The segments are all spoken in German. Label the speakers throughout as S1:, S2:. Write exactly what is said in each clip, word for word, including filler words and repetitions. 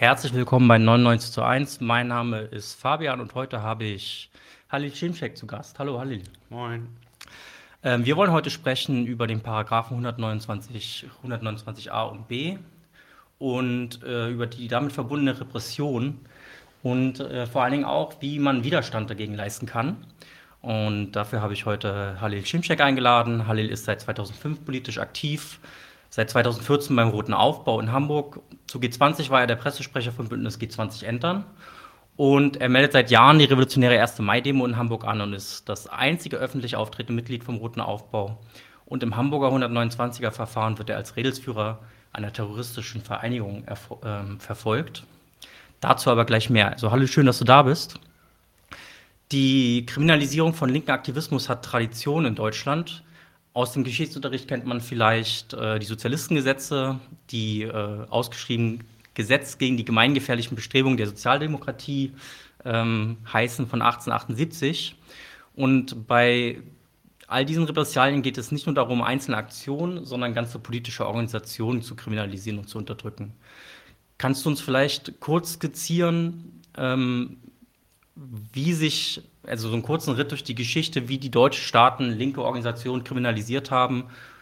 S1: Herzlich willkommen bei neunundneunzig zu eins. Mein Name ist Fabian und heute habe ich Halil Şimşek zu Gast. Hallo Halil.
S2: Moin.
S1: Ähm, wir wollen heute sprechen über den Paragraphen hundertneunundzwanzig, hundertneunundzwanzig a und b und äh, über die damit verbundene Repression und äh, vor allen Dingen auch, wie man Widerstand dagegen leisten kann. Und dafür habe ich heute Halil Şimşek eingeladen. Halil ist seit zweitausendfünf politisch aktiv, seit zweitausendvierzehn beim Roten Aufbau in Hamburg. Zu G zwanzig war er der Pressesprecher von Bündnis G zwanzig Entern. Und er meldet seit Jahren die revolutionäre erste Mai-Demo in Hamburg an und ist das einzige öffentlich auftretende Mitglied vom Roten Aufbau. Und im Hamburger hundertneunundzwanziger-Verfahren wird er als Redelsführer einer terroristischen Vereinigung äh, verfolgt. Dazu aber gleich mehr. Also hallo, schön, dass du da bist. Die Kriminalisierung von linken Aktivismus hat Tradition in Deutschland. Aus dem Geschichtsunterricht kennt man vielleicht äh, die Sozialistengesetze, die äh, ausgeschrieben Gesetz gegen die gemeingefährlichen Bestrebungen der Sozialdemokratie ähm, heißen von achtzehnhundertachtundsiebzig. Und bei all diesen Repressalien geht es nicht nur darum, einzelne Aktionen, sondern ganze politische Organisationen zu kriminalisieren und zu unterdrücken. Kannst du uns vielleicht kurz skizzieren, ähm, wie sich, also so einen kurzen Ritt durch die Geschichte, wie die deutschen Staaten linke Organisationen kriminalisiert haben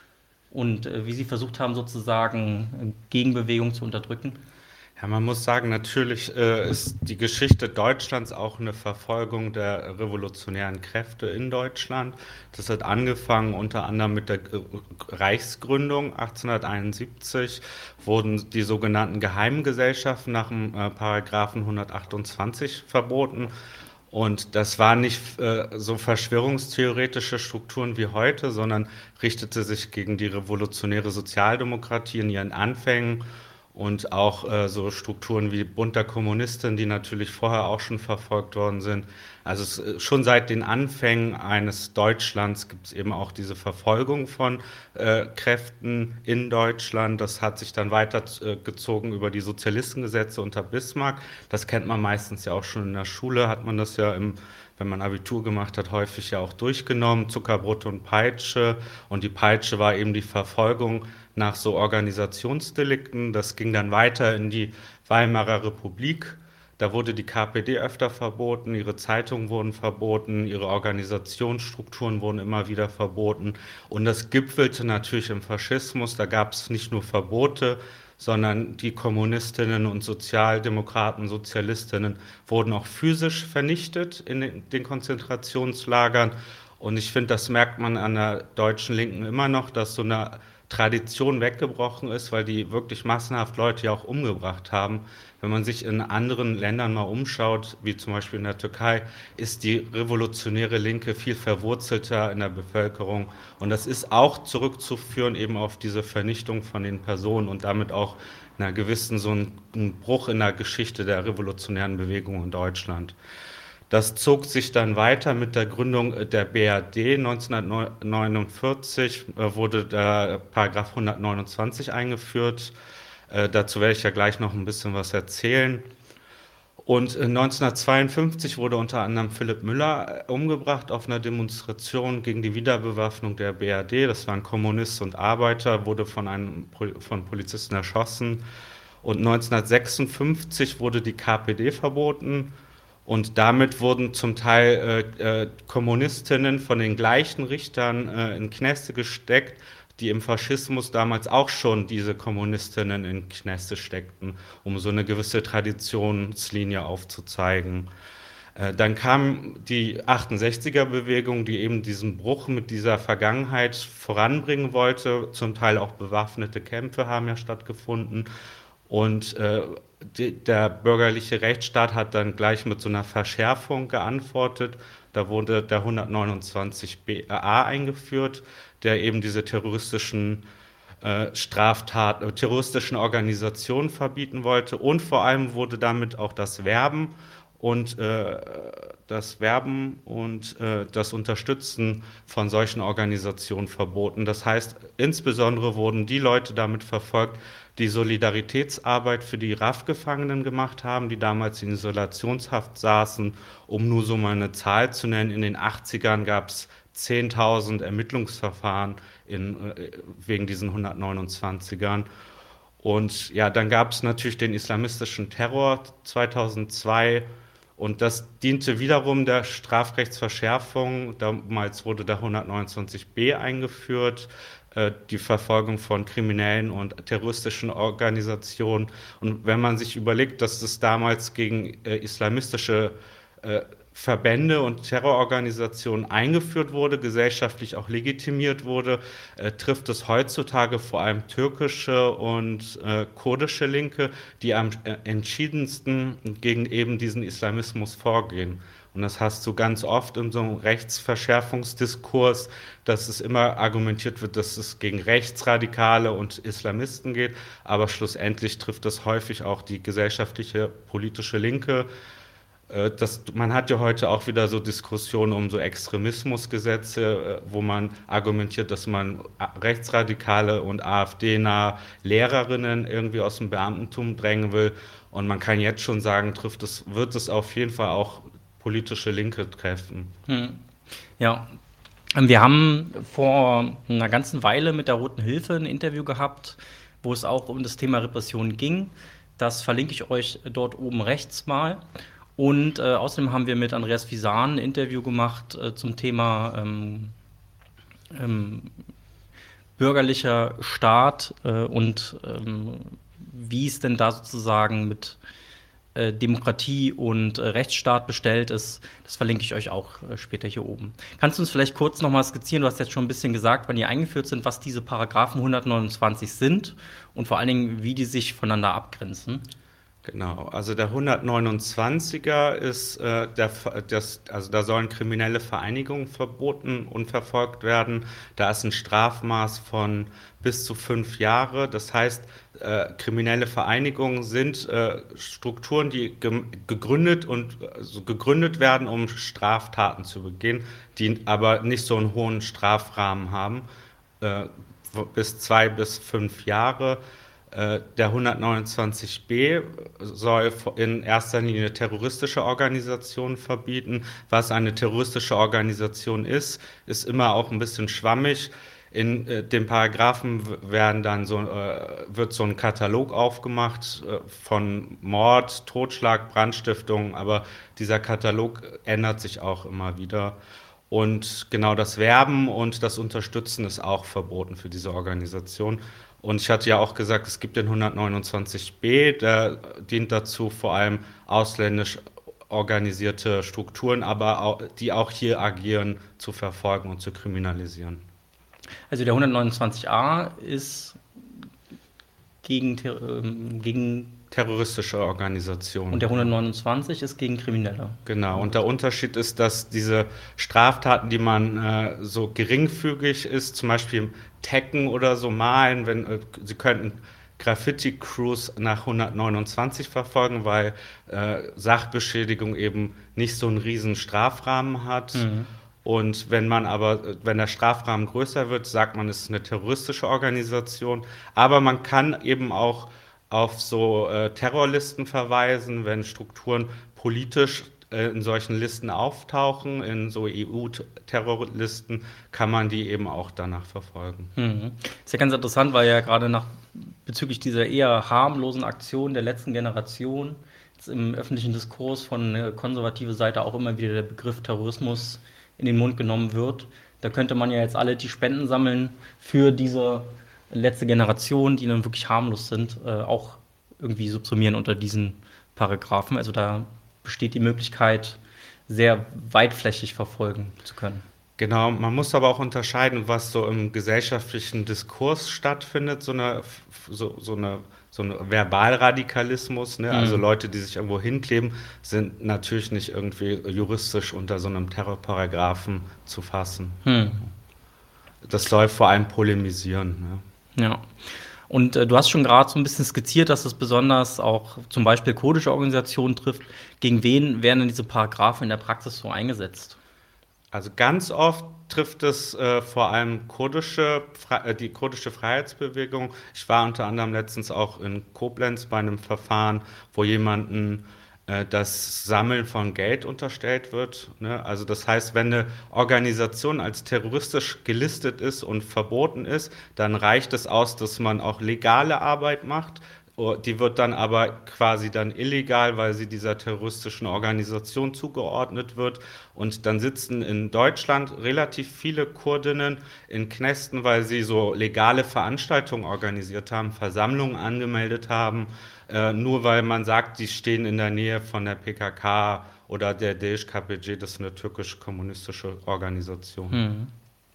S1: und äh, wie sie versucht haben, sozusagen Gegenbewegungen zu unterdrücken?
S2: Ja, man muss sagen, natürlich äh, ist die Geschichte Deutschlands auch eine Verfolgung der revolutionären Kräfte in Deutschland. Das hat angefangen unter anderem mit der äh, Reichsgründung achtzehnhunderteinundsiebzig, wurden die sogenannten Geheimgesellschaften nach dem äh, Paragraphen hundertachtundzwanzig verboten. Und das waren nicht äh, so verschwörungstheoretische Strukturen wie heute, sondern richtete sich gegen die revolutionäre Sozialdemokratie in ihren Anfängen und auch äh, so Strukturen wie Bund der Kommunisten, die natürlich vorher auch schon verfolgt worden sind. Also es, äh, schon seit den Anfängen eines Deutschlands gibt es eben auch diese Verfolgung von äh, Kräften in Deutschland. Das hat sich dann weitergezogen äh, über die Sozialistengesetze unter Bismarck. Das kennt man meistens ja auch schon in der Schule, hat man das ja im wenn man Abitur gemacht hat, häufig ja auch durchgenommen, Zuckerbrot und Peitsche. Und die Peitsche war eben die Verfolgung nach so Organisationsdelikten. Das ging dann weiter in die Weimarer Republik. Da wurde die K P D öfter verboten, ihre Zeitungen wurden verboten, ihre Organisationsstrukturen wurden immer wieder verboten. Und das gipfelte natürlich im Faschismus. Da gab es nicht nur Verbote, sondern die Kommunistinnen und Sozialdemokraten, Sozialistinnen wurden auch physisch vernichtet in den Konzentrationslagern. Und ich finde, das merkt man an der deutschen Linken immer noch, dass so eine Tradition weggebrochen ist, weil die wirklich massenhaft Leute ja auch umgebracht haben. Wenn man sich in anderen Ländern mal umschaut, wie zum Beispiel in der Türkei, ist die revolutionäre Linke viel verwurzelter in der Bevölkerung. Und das ist auch zurückzuführen eben auf diese Vernichtung von den Personen und damit auch einer gewissen so einen Bruch in der Geschichte der revolutionären Bewegung in Deutschland. Das zog sich dann weiter mit der Gründung der B R D. neunzehnhundertneunundvierzig wurde der Paragraph hundertneunundzwanzig eingeführt. Äh, dazu werde ich ja gleich noch ein bisschen was erzählen. Und neunzehnhundertzweiundfünfzig wurde unter anderem Philipp Müller umgebracht auf einer Demonstration gegen die Wiederbewaffnung der B R D. Das waren Kommunist und Arbeiter, wurde von, einem, von Polizisten erschossen. Und neunzehnhundertsechsundfünfzig wurde die K P D verboten. Und damit wurden zum Teil äh, äh, Kommunistinnen von den gleichen Richtern äh, in Knäste gesteckt, die im Faschismus damals auch schon diese Kommunistinnen in Knäste steckten, um so eine gewisse Traditionslinie aufzuzeigen. Äh, dann kam die achtundsechziger-Bewegung, die eben diesen Bruch mit dieser Vergangenheit voranbringen wollte. Zum Teil auch bewaffnete Kämpfe haben ja stattgefunden. Und äh, die, der bürgerliche Rechtsstaat hat dann gleich mit so einer Verschärfung geantwortet. Da wurde der hundertneunundzwanzig a eingeführt, der eben diese terroristischen äh, Straftaten, äh, terroristischen Organisationen verbieten wollte. Und vor allem wurde damit auch das Werben und äh, das Werben und äh, das Unterstützen von solchen Organisationen verboten. Das heißt, insbesondere wurden die Leute damit verfolgt, die Solidaritätsarbeit für die R A F-Gefangenen gemacht haben, die damals in Isolationshaft saßen. Um nur so mal eine Zahl zu nennen, in den achtzigern gab es zehntausend Ermittlungsverfahren in, äh, wegen diesen hundertneunundzwanzigern. Und ja, dann gab es natürlich den islamistischen Terror zweitausendzwei und das diente wiederum der Strafrechtsverschärfung. Damals wurde der hundertneunundzwanzig b eingeführt, äh, die Verfolgung von kriminellen und terroristischen Organisationen. Und wenn man sich überlegt, dass es damals gegen äh, islamistische äh, Verbände und Terrororganisationen eingeführt wurde, gesellschaftlich auch legitimiert wurde, äh, trifft es heutzutage vor allem türkische und äh, kurdische Linke, die am äh, entschiedensten gegen eben diesen Islamismus vorgehen. Und das hast du ganz oft in so einem Rechtsverschärfungsdiskurs, dass es immer argumentiert wird, dass es gegen Rechtsradikale und Islamisten geht, aber schlussendlich trifft es häufig auch die gesellschaftliche politische Linke. Das, man hat ja heute auch wieder so Diskussionen um so Extremismusgesetze, wo man argumentiert, dass man rechtsradikale und AfD-nahe Lehrerinnen irgendwie aus dem Beamtentum drängen will. Und man kann jetzt schon sagen, trifft es, wird es auf jeden Fall auch politische Linke treffen.
S1: Hm. Ja, wir haben vor einer ganzen Weile mit der Roten Hilfe ein Interview gehabt, wo es auch um das Thema Repression ging. Das verlinke ich euch dort oben rechts mal. Und äh, außerdem haben wir mit Andreas Fisan ein Interview gemacht äh, zum Thema ähm, ähm, bürgerlicher Staat äh, und ähm, wie es denn da sozusagen mit äh, Demokratie und äh, Rechtsstaat bestellt ist. Das verlinke ich euch auch äh, später hier oben. Kannst du uns vielleicht kurz nochmal skizzieren, du hast jetzt schon ein bisschen gesagt, wann die eingeführt sind, was diese Paragraphen hundertneunundzwanzig sind und vor allen Dingen, wie die sich voneinander abgrenzen?
S2: Genau, also der hundertneunundzwanziger ist, äh, der, das, also da sollen kriminelle Vereinigungen verboten und verfolgt werden. Da ist ein Strafmaß von bis zu fünf Jahre. Das heißt, äh, kriminelle Vereinigungen sind äh, Strukturen, die ge gegründet und also gegründet werden, um Straftaten zu begehen, die aber nicht so einen hohen Strafrahmen haben, äh, bis zwei bis fünf Jahre. Der hundertneunundzwanzig b soll in erster Linie terroristische Organisationen verbieten. Was eine terroristische Organisation ist, ist immer auch ein bisschen schwammig. In äh, den Paragraphen werden dann so, äh, wird so ein Katalog aufgemacht äh, von Mord, Totschlag, Brandstiftung, aber dieser Katalog ändert sich auch immer wieder. Und genau das Werben und das Unterstützen ist auch verboten für diese Organisation. Und ich hatte ja auch gesagt, es gibt den hundertneunundzwanzig b, der dient dazu, vor allem ausländisch organisierte Strukturen, aber auch, die auch hier agieren, zu verfolgen und zu kriminalisieren.
S1: Also der hundertneunundzwanzig a ist gegen, ähm, gegen
S2: terroristische Organisationen.
S1: Und der hundertneunundzwanzig ist gegen Kriminelle.
S2: Genau, und der Unterschied ist, dass diese Straftaten, die man äh, so geringfügig ist, zum Beispiel Tecken oder so malen, wenn äh, sie könnten Graffiti-Crews nach hundertneunundzwanzig verfolgen, weil äh, Sachbeschädigung eben nicht so einen riesen Strafrahmen hat. Mhm. Und wenn man aber, wenn der Strafrahmen größer wird, sagt man, es ist eine terroristische Organisation. Aber man kann eben auch auf so äh, Terrorlisten verweisen, wenn Strukturen politisch äh, in solchen Listen auftauchen, in so E U-Terrorlisten, kann man die eben auch danach verfolgen.
S1: Mhm. Ist ja ganz interessant, weil ja gerade nach bezüglich dieser eher harmlosen Aktion der letzten Generation jetzt im öffentlichen Diskurs von äh, konservativer Seite auch immer wieder der Begriff Terrorismus in den Mund genommen wird. Da könnte man ja jetzt alle die Spenden sammeln für diese letzte Generation, die dann wirklich harmlos sind, äh, auch irgendwie subsumieren unter diesen Paragraphen. Also da besteht die Möglichkeit, sehr weitflächig verfolgen zu können.
S2: Genau, man muss aber auch unterscheiden, was so im gesellschaftlichen Diskurs stattfindet, so eine, so, so eine so ein Verbalradikalismus, ne? Mhm. Also Leute, die sich irgendwo hinkleben, sind natürlich nicht irgendwie juristisch unter so einem Terrorparagraphen zu fassen. Mhm. Das soll vor allem polemisieren.
S1: Ne? Ja. Und äh, du hast schon gerade so ein bisschen skizziert, dass es besonders auch zum Beispiel kurdische Organisationen trifft. Gegen wen werden denn diese Paragraphen in der Praxis so eingesetzt?
S2: Also ganz oft trifft es äh, vor allem kurdische, äh, die kurdische Freiheitsbewegung. Ich war unter anderem letztens auch in Koblenz bei einem Verfahren, wo jemanden äh, das Sammeln von Geld unterstellt wird. Ne? Also das heißt, wenn eine Organisation als terroristisch gelistet ist und verboten ist, dann reicht es aus, dass man auch legale Arbeit macht. Oh, die wird dann aber quasi dann illegal, weil sie dieser terroristischen Organisation zugeordnet wird. Und dann sitzen in Deutschland relativ viele Kurdinnen in Knästen, weil sie so legale Veranstaltungen organisiert haben, Versammlungen angemeldet haben, äh, nur weil man sagt, die stehen in der Nähe von der P K K oder der D H K P G, das ist eine türkisch-kommunistische Organisation.
S1: Hm.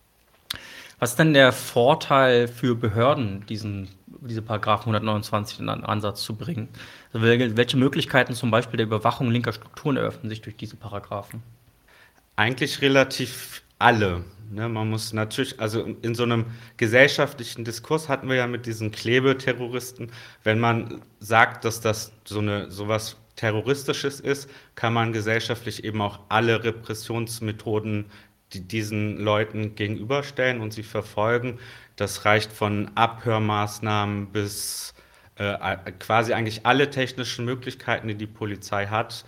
S1: Was ist denn der Vorteil für Behörden, diesen, diese Paragraphen hundertneunundzwanzig in den Ansatz zu bringen? Also welche Möglichkeiten zum Beispiel der Überwachung linker Strukturen eröffnen sich durch diese Paragraphen?
S2: Eigentlich relativ alle. Ne? Man muss natürlich, also in so einem gesellschaftlichen Diskurs hatten wir ja mit diesen Klebeterroristen, wenn man sagt, dass das so eine sowas Terroristisches ist, kann man gesellschaftlich eben auch alle Repressionsmethoden die diesen Leuten gegenüberstellen und sie verfolgen. Das reicht von Abhörmaßnahmen bis äh, quasi eigentlich alle technischen Möglichkeiten, die die Polizei hat,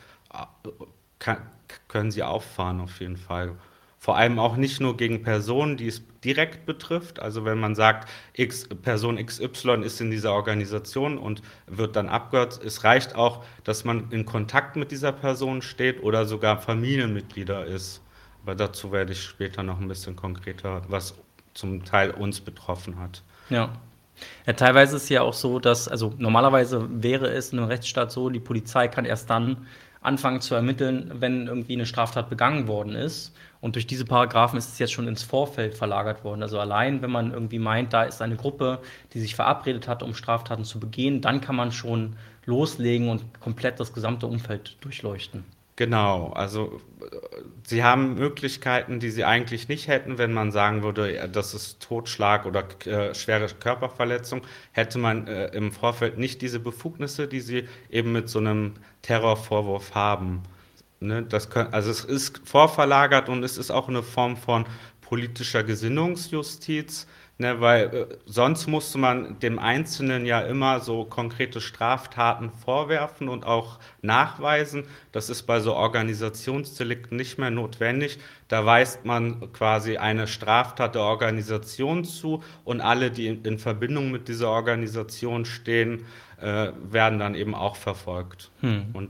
S2: kann, können sie auffahren auf jeden Fall. Vor allem auch nicht nur gegen Personen, die es direkt betrifft. Also wenn man sagt, X, Person X Y ist in dieser Organisation und wird dann abgehört, es reicht auch, dass man in Kontakt mit dieser Person steht oder sogar Familienmitglieder ist. Aber dazu werde ich später noch ein bisschen konkreter, was zum Teil uns betroffen hat.
S1: Ja. Ja, teilweise ist es ja auch so, dass, also normalerweise wäre es in einem Rechtsstaat so, die Polizei kann erst dann anfangen zu ermitteln, wenn irgendwie eine Straftat begangen worden ist. Und durch diese Paragraphen ist es jetzt schon ins Vorfeld verlagert worden. Also allein, wenn man irgendwie meint, da ist eine Gruppe, die sich verabredet hat, um Straftaten zu begehen, dann kann man schon loslegen und komplett das gesamte Umfeld durchleuchten.
S2: Genau, also sie haben Möglichkeiten, die sie eigentlich nicht hätten, wenn man sagen würde, das ist Totschlag oder äh, schwere Körperverletzung, hätte man äh, im Vorfeld nicht diese Befugnisse, die sie eben mit so einem Terrorvorwurf haben. Ne, das können, also es ist vorverlagert und es ist auch eine Form von politischer Gesinnungsjustiz. Ne, weil äh, sonst musste man dem Einzelnen ja immer so konkrete Straftaten vorwerfen und auch nachweisen. Das ist bei so Organisationsdelikten nicht mehr notwendig. Da weist man quasi eine Straftat der Organisation zu und alle, die in, in Verbindung mit dieser Organisation stehen, äh, werden dann eben auch verfolgt.
S1: Hm.
S2: Und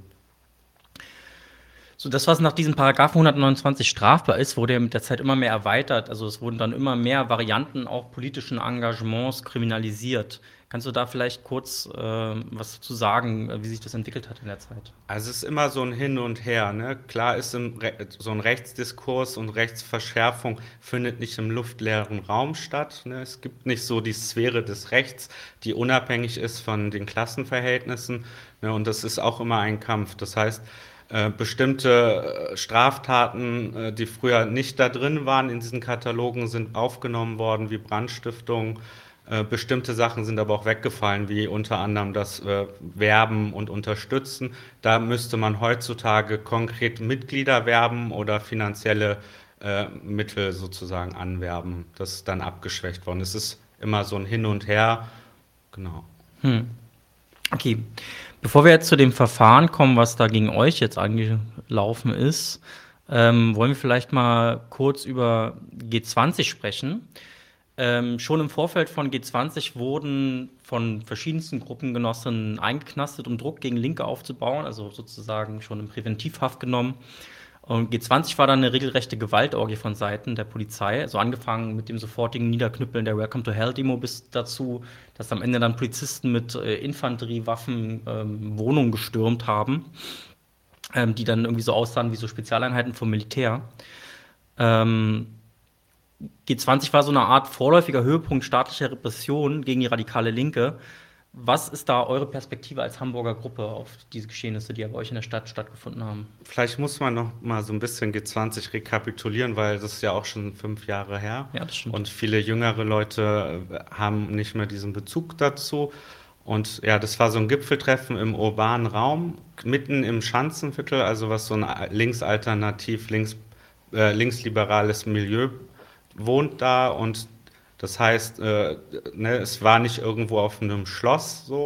S1: So, das, was nach diesem Paragraphen hundertneunundzwanzig strafbar ist, wurde ja mit der Zeit immer mehr erweitert. Also es wurden dann immer mehr Varianten auch politischen Engagements kriminalisiert. Kannst du da vielleicht kurz äh, was dazu sagen, wie sich das entwickelt hat in der Zeit?
S2: Also es ist immer so ein Hin und Her. Ne? Klar ist im Re so ein Rechtsdiskurs und Rechtsverschärfung findet nicht im luftleeren Raum statt. Ne? Es gibt nicht so die Sphäre des Rechts, die unabhängig ist von den Klassenverhältnissen. Ne? Und das ist auch immer ein Kampf. Das heißt, Äh, bestimmte Straftaten, äh, die früher nicht da drin waren in diesen Katalogen, sind aufgenommen worden, wie Brandstiftung. Äh, bestimmte Sachen sind aber auch weggefallen, wie unter anderem das äh, Werben und Unterstützen. Da müsste man heutzutage konkret Mitglieder werben oder finanzielle äh, Mittel sozusagen anwerben. Das ist dann abgeschwächt worden. Es ist immer so ein Hin und Her. Genau.
S1: Hm. Okay. Bevor wir jetzt zu dem Verfahren kommen, was da gegen euch jetzt angelaufen ist, ähm, wollen wir vielleicht mal kurz über G zwanzig sprechen. Ähm, schon im Vorfeld von G zwanzig wurden von verschiedensten Gruppengenossen eingeknastet, um Druck gegen Linke aufzubauen, also sozusagen schon in Präventivhaft genommen. Und G zwanzig war dann eine regelrechte Gewaltorgie von Seiten der Polizei, also angefangen mit dem sofortigen Niederknüppeln der Welcome to Hell-Demo bis dazu, dass am Ende dann Polizisten mit äh, Infanteriewaffen ähm, Wohnungen gestürmt haben, ähm, die dann irgendwie so aussahen wie so Spezialeinheiten vom Militär. Ähm, G zwanzig war so eine Art vorläufiger Höhepunkt staatlicher Repression gegen die radikale Linke. Was ist da eure Perspektive als Hamburger Gruppe auf diese Geschehnisse, die ja bei euch in der Stadt stattgefunden haben?
S2: Vielleicht muss man noch mal so ein bisschen G zwanzig rekapitulieren, weil das ist ja auch schon fünf Jahre her.
S1: Ja, das stimmt.
S2: Und viele jüngere Leute haben nicht mehr diesen Bezug dazu. Und ja, das war so ein Gipfeltreffen im urbanen Raum, mitten im Schanzenviertel, also was so ein linksalternativ, links, äh, linksliberales Milieu wohnt da. Und das heißt, äh, ne, es war nicht irgendwo auf einem Schloss so,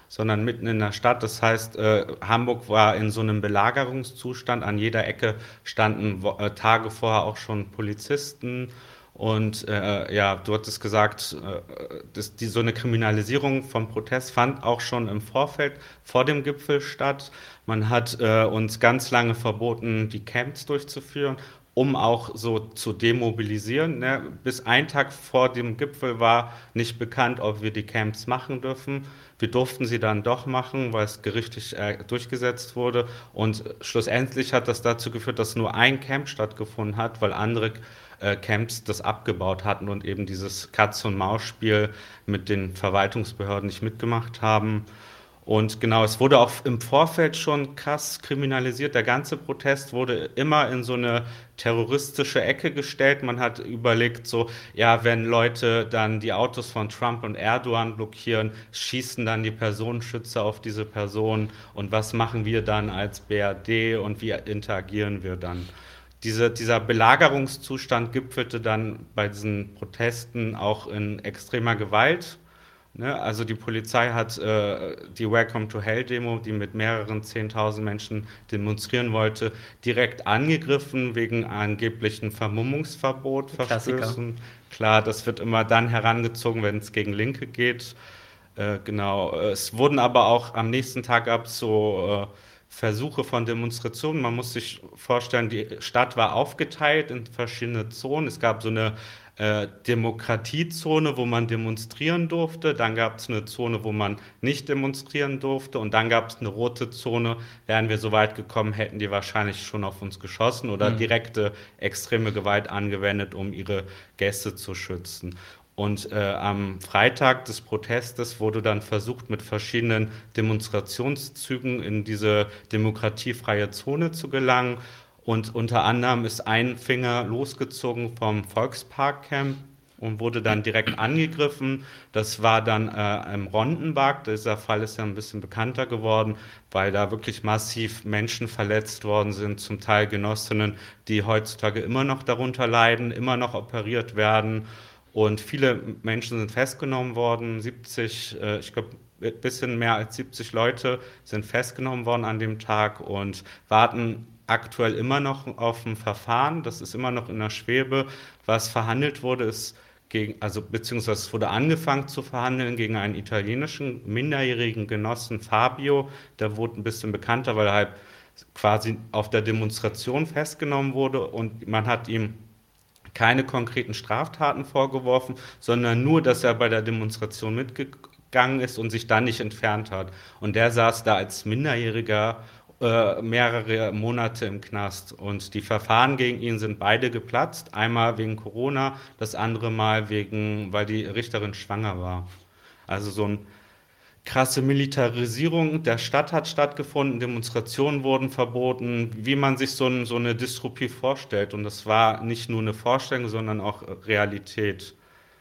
S2: sondern mitten in der Stadt. Das heißt, äh, Hamburg war in so einem Belagerungszustand. An jeder Ecke standen wo, äh, Tage vorher auch schon Polizisten. Und äh, ja, du hattest gesagt, äh, dass die, so eine Kriminalisierung vom Protest fand auch schon im Vorfeld vor dem Gipfel statt. Man hat äh, uns ganz lange verboten, die Camps durchzuführen, um auch so zu demobilisieren. Ne? Bis ein Tag vor dem Gipfel war nicht bekannt, ob wir die Camps machen dürfen. Wir durften sie dann doch machen, weil es gerichtlich äh, durchgesetzt wurde. Und schlussendlich hat das dazu geführt, dass nur ein Camp stattgefunden hat, weil andere äh, Camps das abgebaut hatten und eben dieses Katz-und-Maus-Spiel mit den Verwaltungsbehörden nicht mitgemacht haben. Und genau, es wurde auch im Vorfeld schon krass kriminalisiert. Der ganze Protest wurde immer in so eine terroristische Ecke gestellt. Man hat überlegt, so, ja, wenn Leute dann die Autos von Trump und Erdogan blockieren, schießen dann die Personenschützer auf diese Personen. Und was machen wir dann als B R D und wie interagieren wir dann? Diese, dieser Belagerungszustand gipfelte dann bei diesen Protesten auch in extremer Gewalt. Ne, also die Polizei hat äh, die Welcome to Hell-Demo, die mit mehreren zehntausend Menschen demonstrieren wollte, direkt angegriffen wegen angeblichen Vermummungsverbot, Verstößen. Klar, das wird immer dann herangezogen, wenn es gegen Linke geht. Äh, genau. Es wurden aber auch am nächsten Tag gab es so äh, Versuche von Demonstrationen. Man muss sich vorstellen, die Stadt war aufgeteilt in verschiedene Zonen. Es gab so eine äh, Demokratiezone, wo man demonstrieren durfte. Dann gab es eine Zone, wo man nicht demonstrieren durfte. Und dann gab es eine rote Zone. Wären wir so weit gekommen, hätten die wahrscheinlich schon auf uns geschossen oder mhm. direkte extreme Gewalt angewendet, um ihre Gäste zu schützen. Und äh, am Freitag des Protestes wurde dann versucht, mit verschiedenen Demonstrationszügen in diese demokratiefreie Zone zu gelangen. Und unter anderem ist ein Finger losgezogen vom Volksparkcamp und wurde dann direkt angegriffen. Das war dann äh, im Rondenberg. Dieser Fall ist ja ein bisschen bekannter geworden, weil da wirklich massiv Menschen verletzt worden sind, zum Teil Genossinnen, die heutzutage immer noch darunter leiden, immer noch operiert werden. Und viele Menschen sind festgenommen worden, siebzig, äh, ich glaube, ein bisschen mehr als siebzig Leute sind festgenommen worden an dem Tag und warten aktuell immer noch auf ein Verfahren. Das ist immer noch in der Schwebe. Was verhandelt wurde, ist gegen, also beziehungsweise es wurde angefangen zu verhandeln gegen einen italienischen minderjährigen Genossen Fabio. Der wurde ein bisschen bekannter, weil er halt quasi auf der Demonstration festgenommen wurde und man hat ihm keine konkreten Straftaten vorgeworfen, sondern nur, dass er bei der Demonstration mitgegangen ist und sich dann nicht entfernt hat. Und der saß da als Minderjähriger äh, mehrere Monate im Knast. Und die Verfahren gegen ihn sind beide geplatzt. Einmal wegen Corona, das andere Mal wegen, weil die Richterin schwanger war. Also so ein krasse Militarisierung der Stadt hat stattgefunden, Demonstrationen wurden verboten, wie man sich so, ein, so eine Dystopie vorstellt. Und das war nicht nur eine Vorstellung, sondern auch Realität.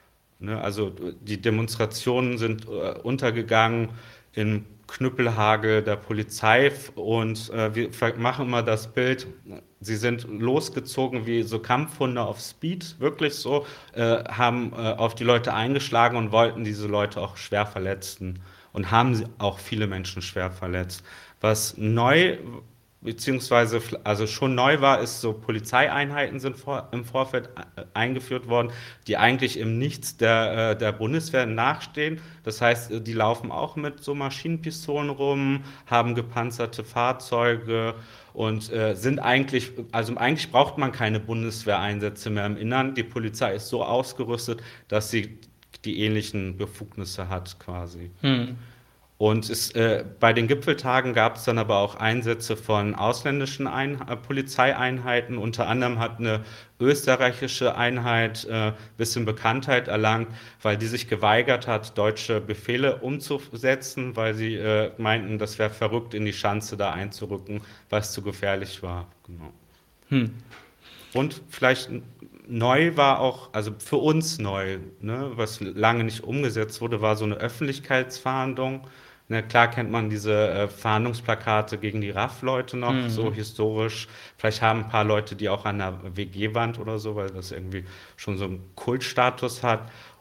S2: Ne? Also die Demonstrationen sind äh, untergegangen im Knüppelhagel der Polizei und äh, wir machen immer das Bild, sie sind losgezogen wie so Kampfhunde auf Speed, wirklich so, äh, haben äh, auf die Leute eingeschlagen und wollten diese Leute auch schwer verletzen. Und haben auch viele Menschen schwer verletzt. Was neu, beziehungsweise also schon neu war, ist so Polizeieinheiten sind vor, im Vorfeld eingeführt worden, die eigentlich im Nichts der, der Bundeswehr nachstehen. Das heißt, die laufen auch mit so Maschinenpistolen rum, haben gepanzerte Fahrzeuge und äh, sind eigentlich, also eigentlich braucht man keine Bundeswehreinsätze mehr im Innern. Die Polizei ist so ausgerüstet, dass sie die ähnlichen Befugnisse hat quasi. Hm. Und es, äh, bei den Gipfeltagen gab es dann aber auch Einsätze von ausländischen Ein- äh, Polizeieinheiten. Unter anderem hat eine österreichische Einheit ein äh, bisschen Bekanntheit erlangt, weil die sich geweigert hat, deutsche Befehle umzusetzen, weil sie äh, meinten, das wäre verrückt, in die Schanze da einzurücken, was zu gefährlich war. Genau. Hm. Und vielleicht neu war auch, also für uns neu, ne, was lange nicht umgesetzt wurde, war so eine Öffentlichkeitsfahndung. Ne, klar kennt man diese äh, Fahndungsplakate gegen die R A F-Leute noch, mhm. so historisch. Vielleicht haben ein paar Leute die auch an der W G-Wand oder so, weil das irgendwie schon so einen Kultstatus hat.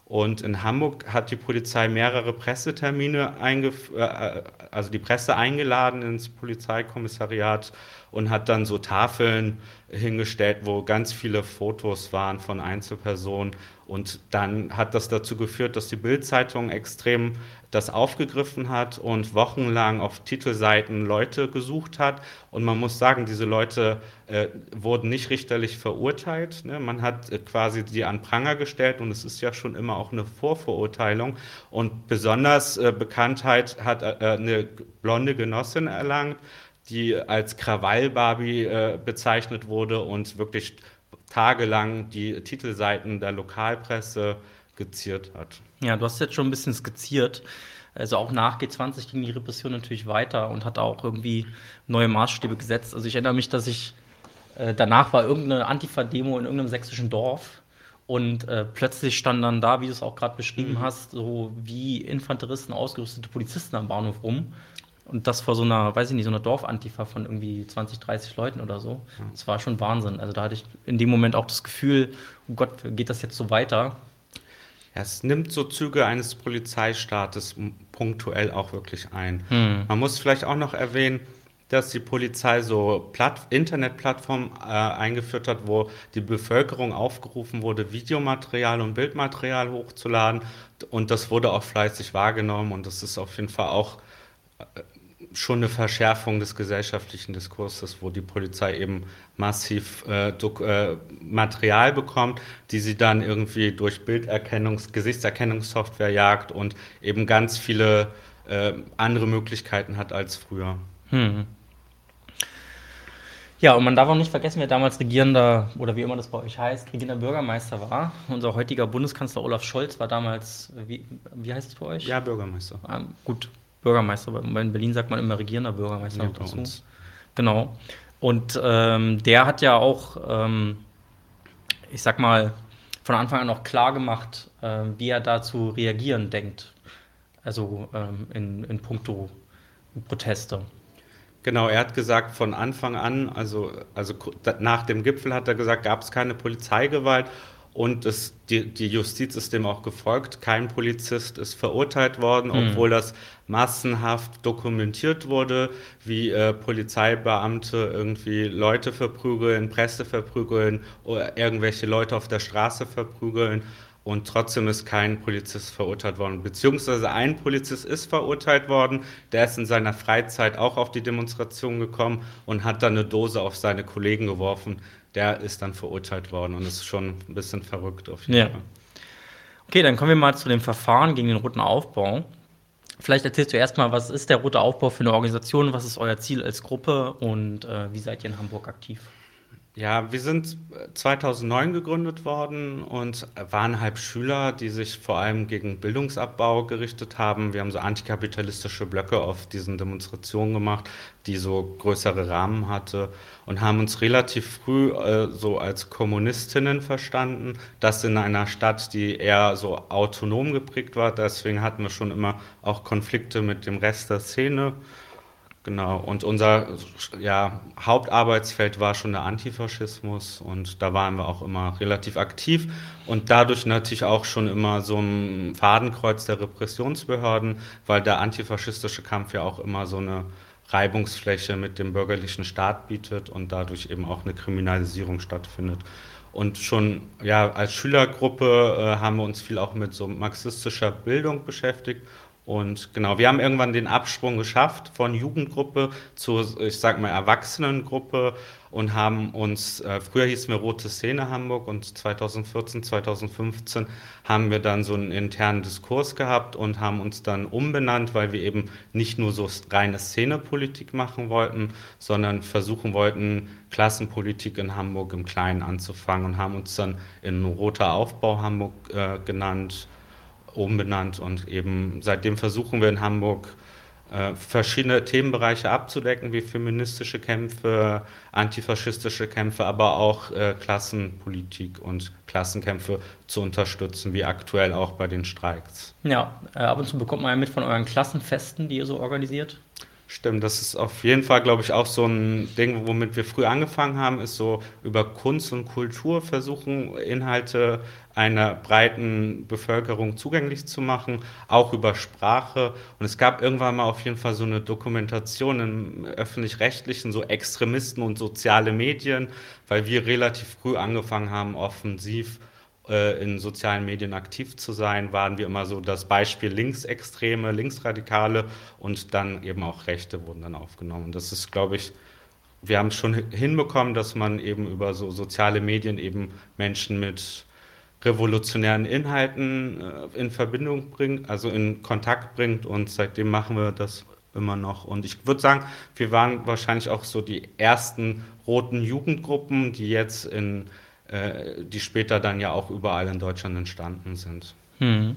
S2: Und in Hamburg hat die Polizei mehrere Pressetermine, eingef äh, also die Presse eingeladen ins Polizeikommissariat und hat dann so Tafeln hingestellt, wo ganz viele Fotos waren von Einzelpersonen. Und dann hat das dazu geführt, dass die Bild-Zeitung extrem das aufgegriffen hat und wochenlang auf Titelseiten Leute gesucht hat. Und man muss sagen, diese Leute äh, wurden nicht richterlich verurteilt. Ne? Man hat äh, quasi die an Pranger gestellt und es ist ja schon immer auch eine Vorverurteilung. Und besonders äh, Bekanntheit hat äh, eine blonde Genossin erlangt, die als Krawall-Barbie äh, bezeichnet wurde und wirklich tagelang die Titelseiten der Lokalpresse geziert hat.
S1: Ja, du hast jetzt schon ein bisschen skizziert. Also auch nach G zwanzig ging die Repression natürlich weiter und hat auch irgendwie neue Maßstäbe gesetzt. Also ich erinnere mich, dass ich äh, danach war irgendeine Antifa-Demo in irgendeinem sächsischen Dorf und äh, plötzlich standen dann da, wie du es auch gerade beschrieben
S2: Mhm.
S1: hast, so wie Infanteristen ausgerüstete Polizisten am Bahnhof rum. Und das vor so einer, weiß ich nicht, so einer Dorfantifa von irgendwie zwanzig, dreißig Leuten oder so. Das war schon Wahnsinn. Also da hatte ich in dem Moment auch das Gefühl, oh Gott, geht das jetzt so weiter?
S2: Ja, es nimmt so Züge eines Polizeistaates m- punktuell auch wirklich ein.
S1: Hm.
S2: Man muss vielleicht auch noch erwähnen, dass die Polizei so Platt Internetplattformen äh, eingeführt hat, wo die Bevölkerung aufgerufen wurde, Videomaterial und Bildmaterial hochzuladen. Und das wurde auch fleißig wahrgenommen. Und das ist auf jeden Fall auch schon eine Verschärfung des gesellschaftlichen Diskurses, wo die Polizei eben massiv äh, Dok äh, Material bekommt, die sie dann irgendwie durch Bilderkennungs-, Gesichtserkennungssoftware jagt und eben ganz viele äh, andere Möglichkeiten hat als früher.
S1: Hm. Ja, und man darf auch nicht vergessen, wer damals regierender, oder wie immer das bei euch heißt, regierender Bürgermeister war. Unser heutiger Bundeskanzler Olaf Scholz war damals, äh, wie, wie heißt es bei euch?
S2: Ja, Bürgermeister.
S1: Ähm, gut, Bürgermeister. Weil in Berlin sagt man immer regierender Bürgermeister
S2: Ja,
S1: noch
S2: bei
S1: dazu.
S2: uns.
S1: Genau. Und ähm, der hat ja auch, ähm, ich sag mal, von Anfang an auch klar gemacht, ähm, wie er da zu reagieren denkt. Also ähm, in, in puncto Proteste.
S2: Genau, er hat gesagt, von Anfang an, also, also ku- da- nach dem Gipfel hat er gesagt, gab es keine Polizeigewalt und es, die, die Justiz ist dem auch gefolgt. Kein Polizist ist verurteilt worden,
S1: Hm.
S2: obwohl das massenhaft dokumentiert wurde, wie äh, Polizeibeamte irgendwie Leute verprügeln, Presse verprügeln oder irgendwelche Leute auf der Straße verprügeln. Und trotzdem ist kein Polizist verurteilt worden. Beziehungsweise ein Polizist ist verurteilt worden, der ist in seiner Freizeit auch auf die Demonstration gekommen und hat dann eine Dose auf seine Kollegen geworfen. Der ist dann verurteilt worden und das ist schon ein bisschen verrückt auf jeden
S1: Ja.
S2: Fall.
S1: Okay, dann kommen wir mal zu dem Verfahren gegen den Roten Aufbau. Vielleicht erzählst du erstmal, was ist der Rote Aufbau für eine Organisation, was ist euer Ziel als Gruppe und äh, wie seid ihr in Hamburg aktiv?
S2: Ja, wir sind zweitausendneun gegründet worden und waren halb Schüler, die sich vor allem gegen Bildungsabbau gerichtet haben. Wir haben so antikapitalistische Blöcke auf diesen Demonstrationen gemacht, die so größere Rahmen hatte und haben uns relativ früh äh, so als Kommunistinnen verstanden. Das in einer Stadt, die eher so autonom geprägt war. Deswegen hatten wir schon immer auch Konflikte mit dem Rest der Szene. Genau, und unser ja, Hauptarbeitsfeld war schon der Antifaschismus und da waren wir auch immer relativ aktiv und dadurch natürlich auch schon immer so ein Fadenkreuz der Repressionsbehörden, weil der antifaschistische Kampf ja auch immer so eine Reibungsfläche mit dem bürgerlichen Staat bietet und dadurch eben auch eine Kriminalisierung stattfindet. Und schon ja, als Schülergruppe äh, haben wir uns viel auch mit so marxistischer Bildung beschäftigt. Und genau, wir haben irgendwann den Absprung geschafft von Jugendgruppe zu, ich sag mal, Erwachsenengruppe und haben uns, äh, früher hießen wir Rote Szene Hamburg und zweitausendvierzehn, zweitausendfünfzehn haben wir dann so einen internen Diskurs gehabt und haben uns dann umbenannt, weil wir eben nicht nur so reine Szenepolitik machen wollten, sondern versuchen wollten, Klassenpolitik in Hamburg im Kleinen anzufangen und haben uns dann in Roter Aufbau Hamburg äh, genannt, umbenannt und eben seitdem versuchen wir in Hamburg äh, verschiedene Themenbereiche abzudecken, wie feministische Kämpfe, antifaschistische Kämpfe, aber auch äh, Klassenpolitik und Klassenkämpfe zu unterstützen, wie aktuell auch bei den Streiks.
S1: Ja, äh, ab und zu bekommt man ja mit von euren Klassenfesten, die ihr so organisiert.
S2: Stimmt, das ist auf jeden Fall, glaube ich, auch so ein Ding, womit wir früh angefangen haben, ist so über Kunst und Kultur versuchen, Inhalte einer breiten Bevölkerung zugänglich zu machen, auch über Sprache. Und es gab irgendwann mal auf jeden Fall so eine Dokumentation im öffentlich-rechtlichen, so Extremisten und soziale Medien, weil wir relativ früh angefangen haben, offensiv äh, in sozialen Medien aktiv zu sein, waren wir immer so das Beispiel Linksextreme, Linksradikale und dann eben auch Rechte wurden dann aufgenommen. Das ist, glaube ich, wir haben es schon hinbekommen, dass man eben über so soziale Medien eben Menschen mit revolutionären Inhalten äh, in Verbindung bringt, also in Kontakt bringt und seitdem machen wir das immer noch. Und ich würde sagen, wir waren wahrscheinlich auch so die ersten roten Jugendgruppen, die jetzt in äh, die später dann ja auch überall in Deutschland entstanden sind.
S1: Hm.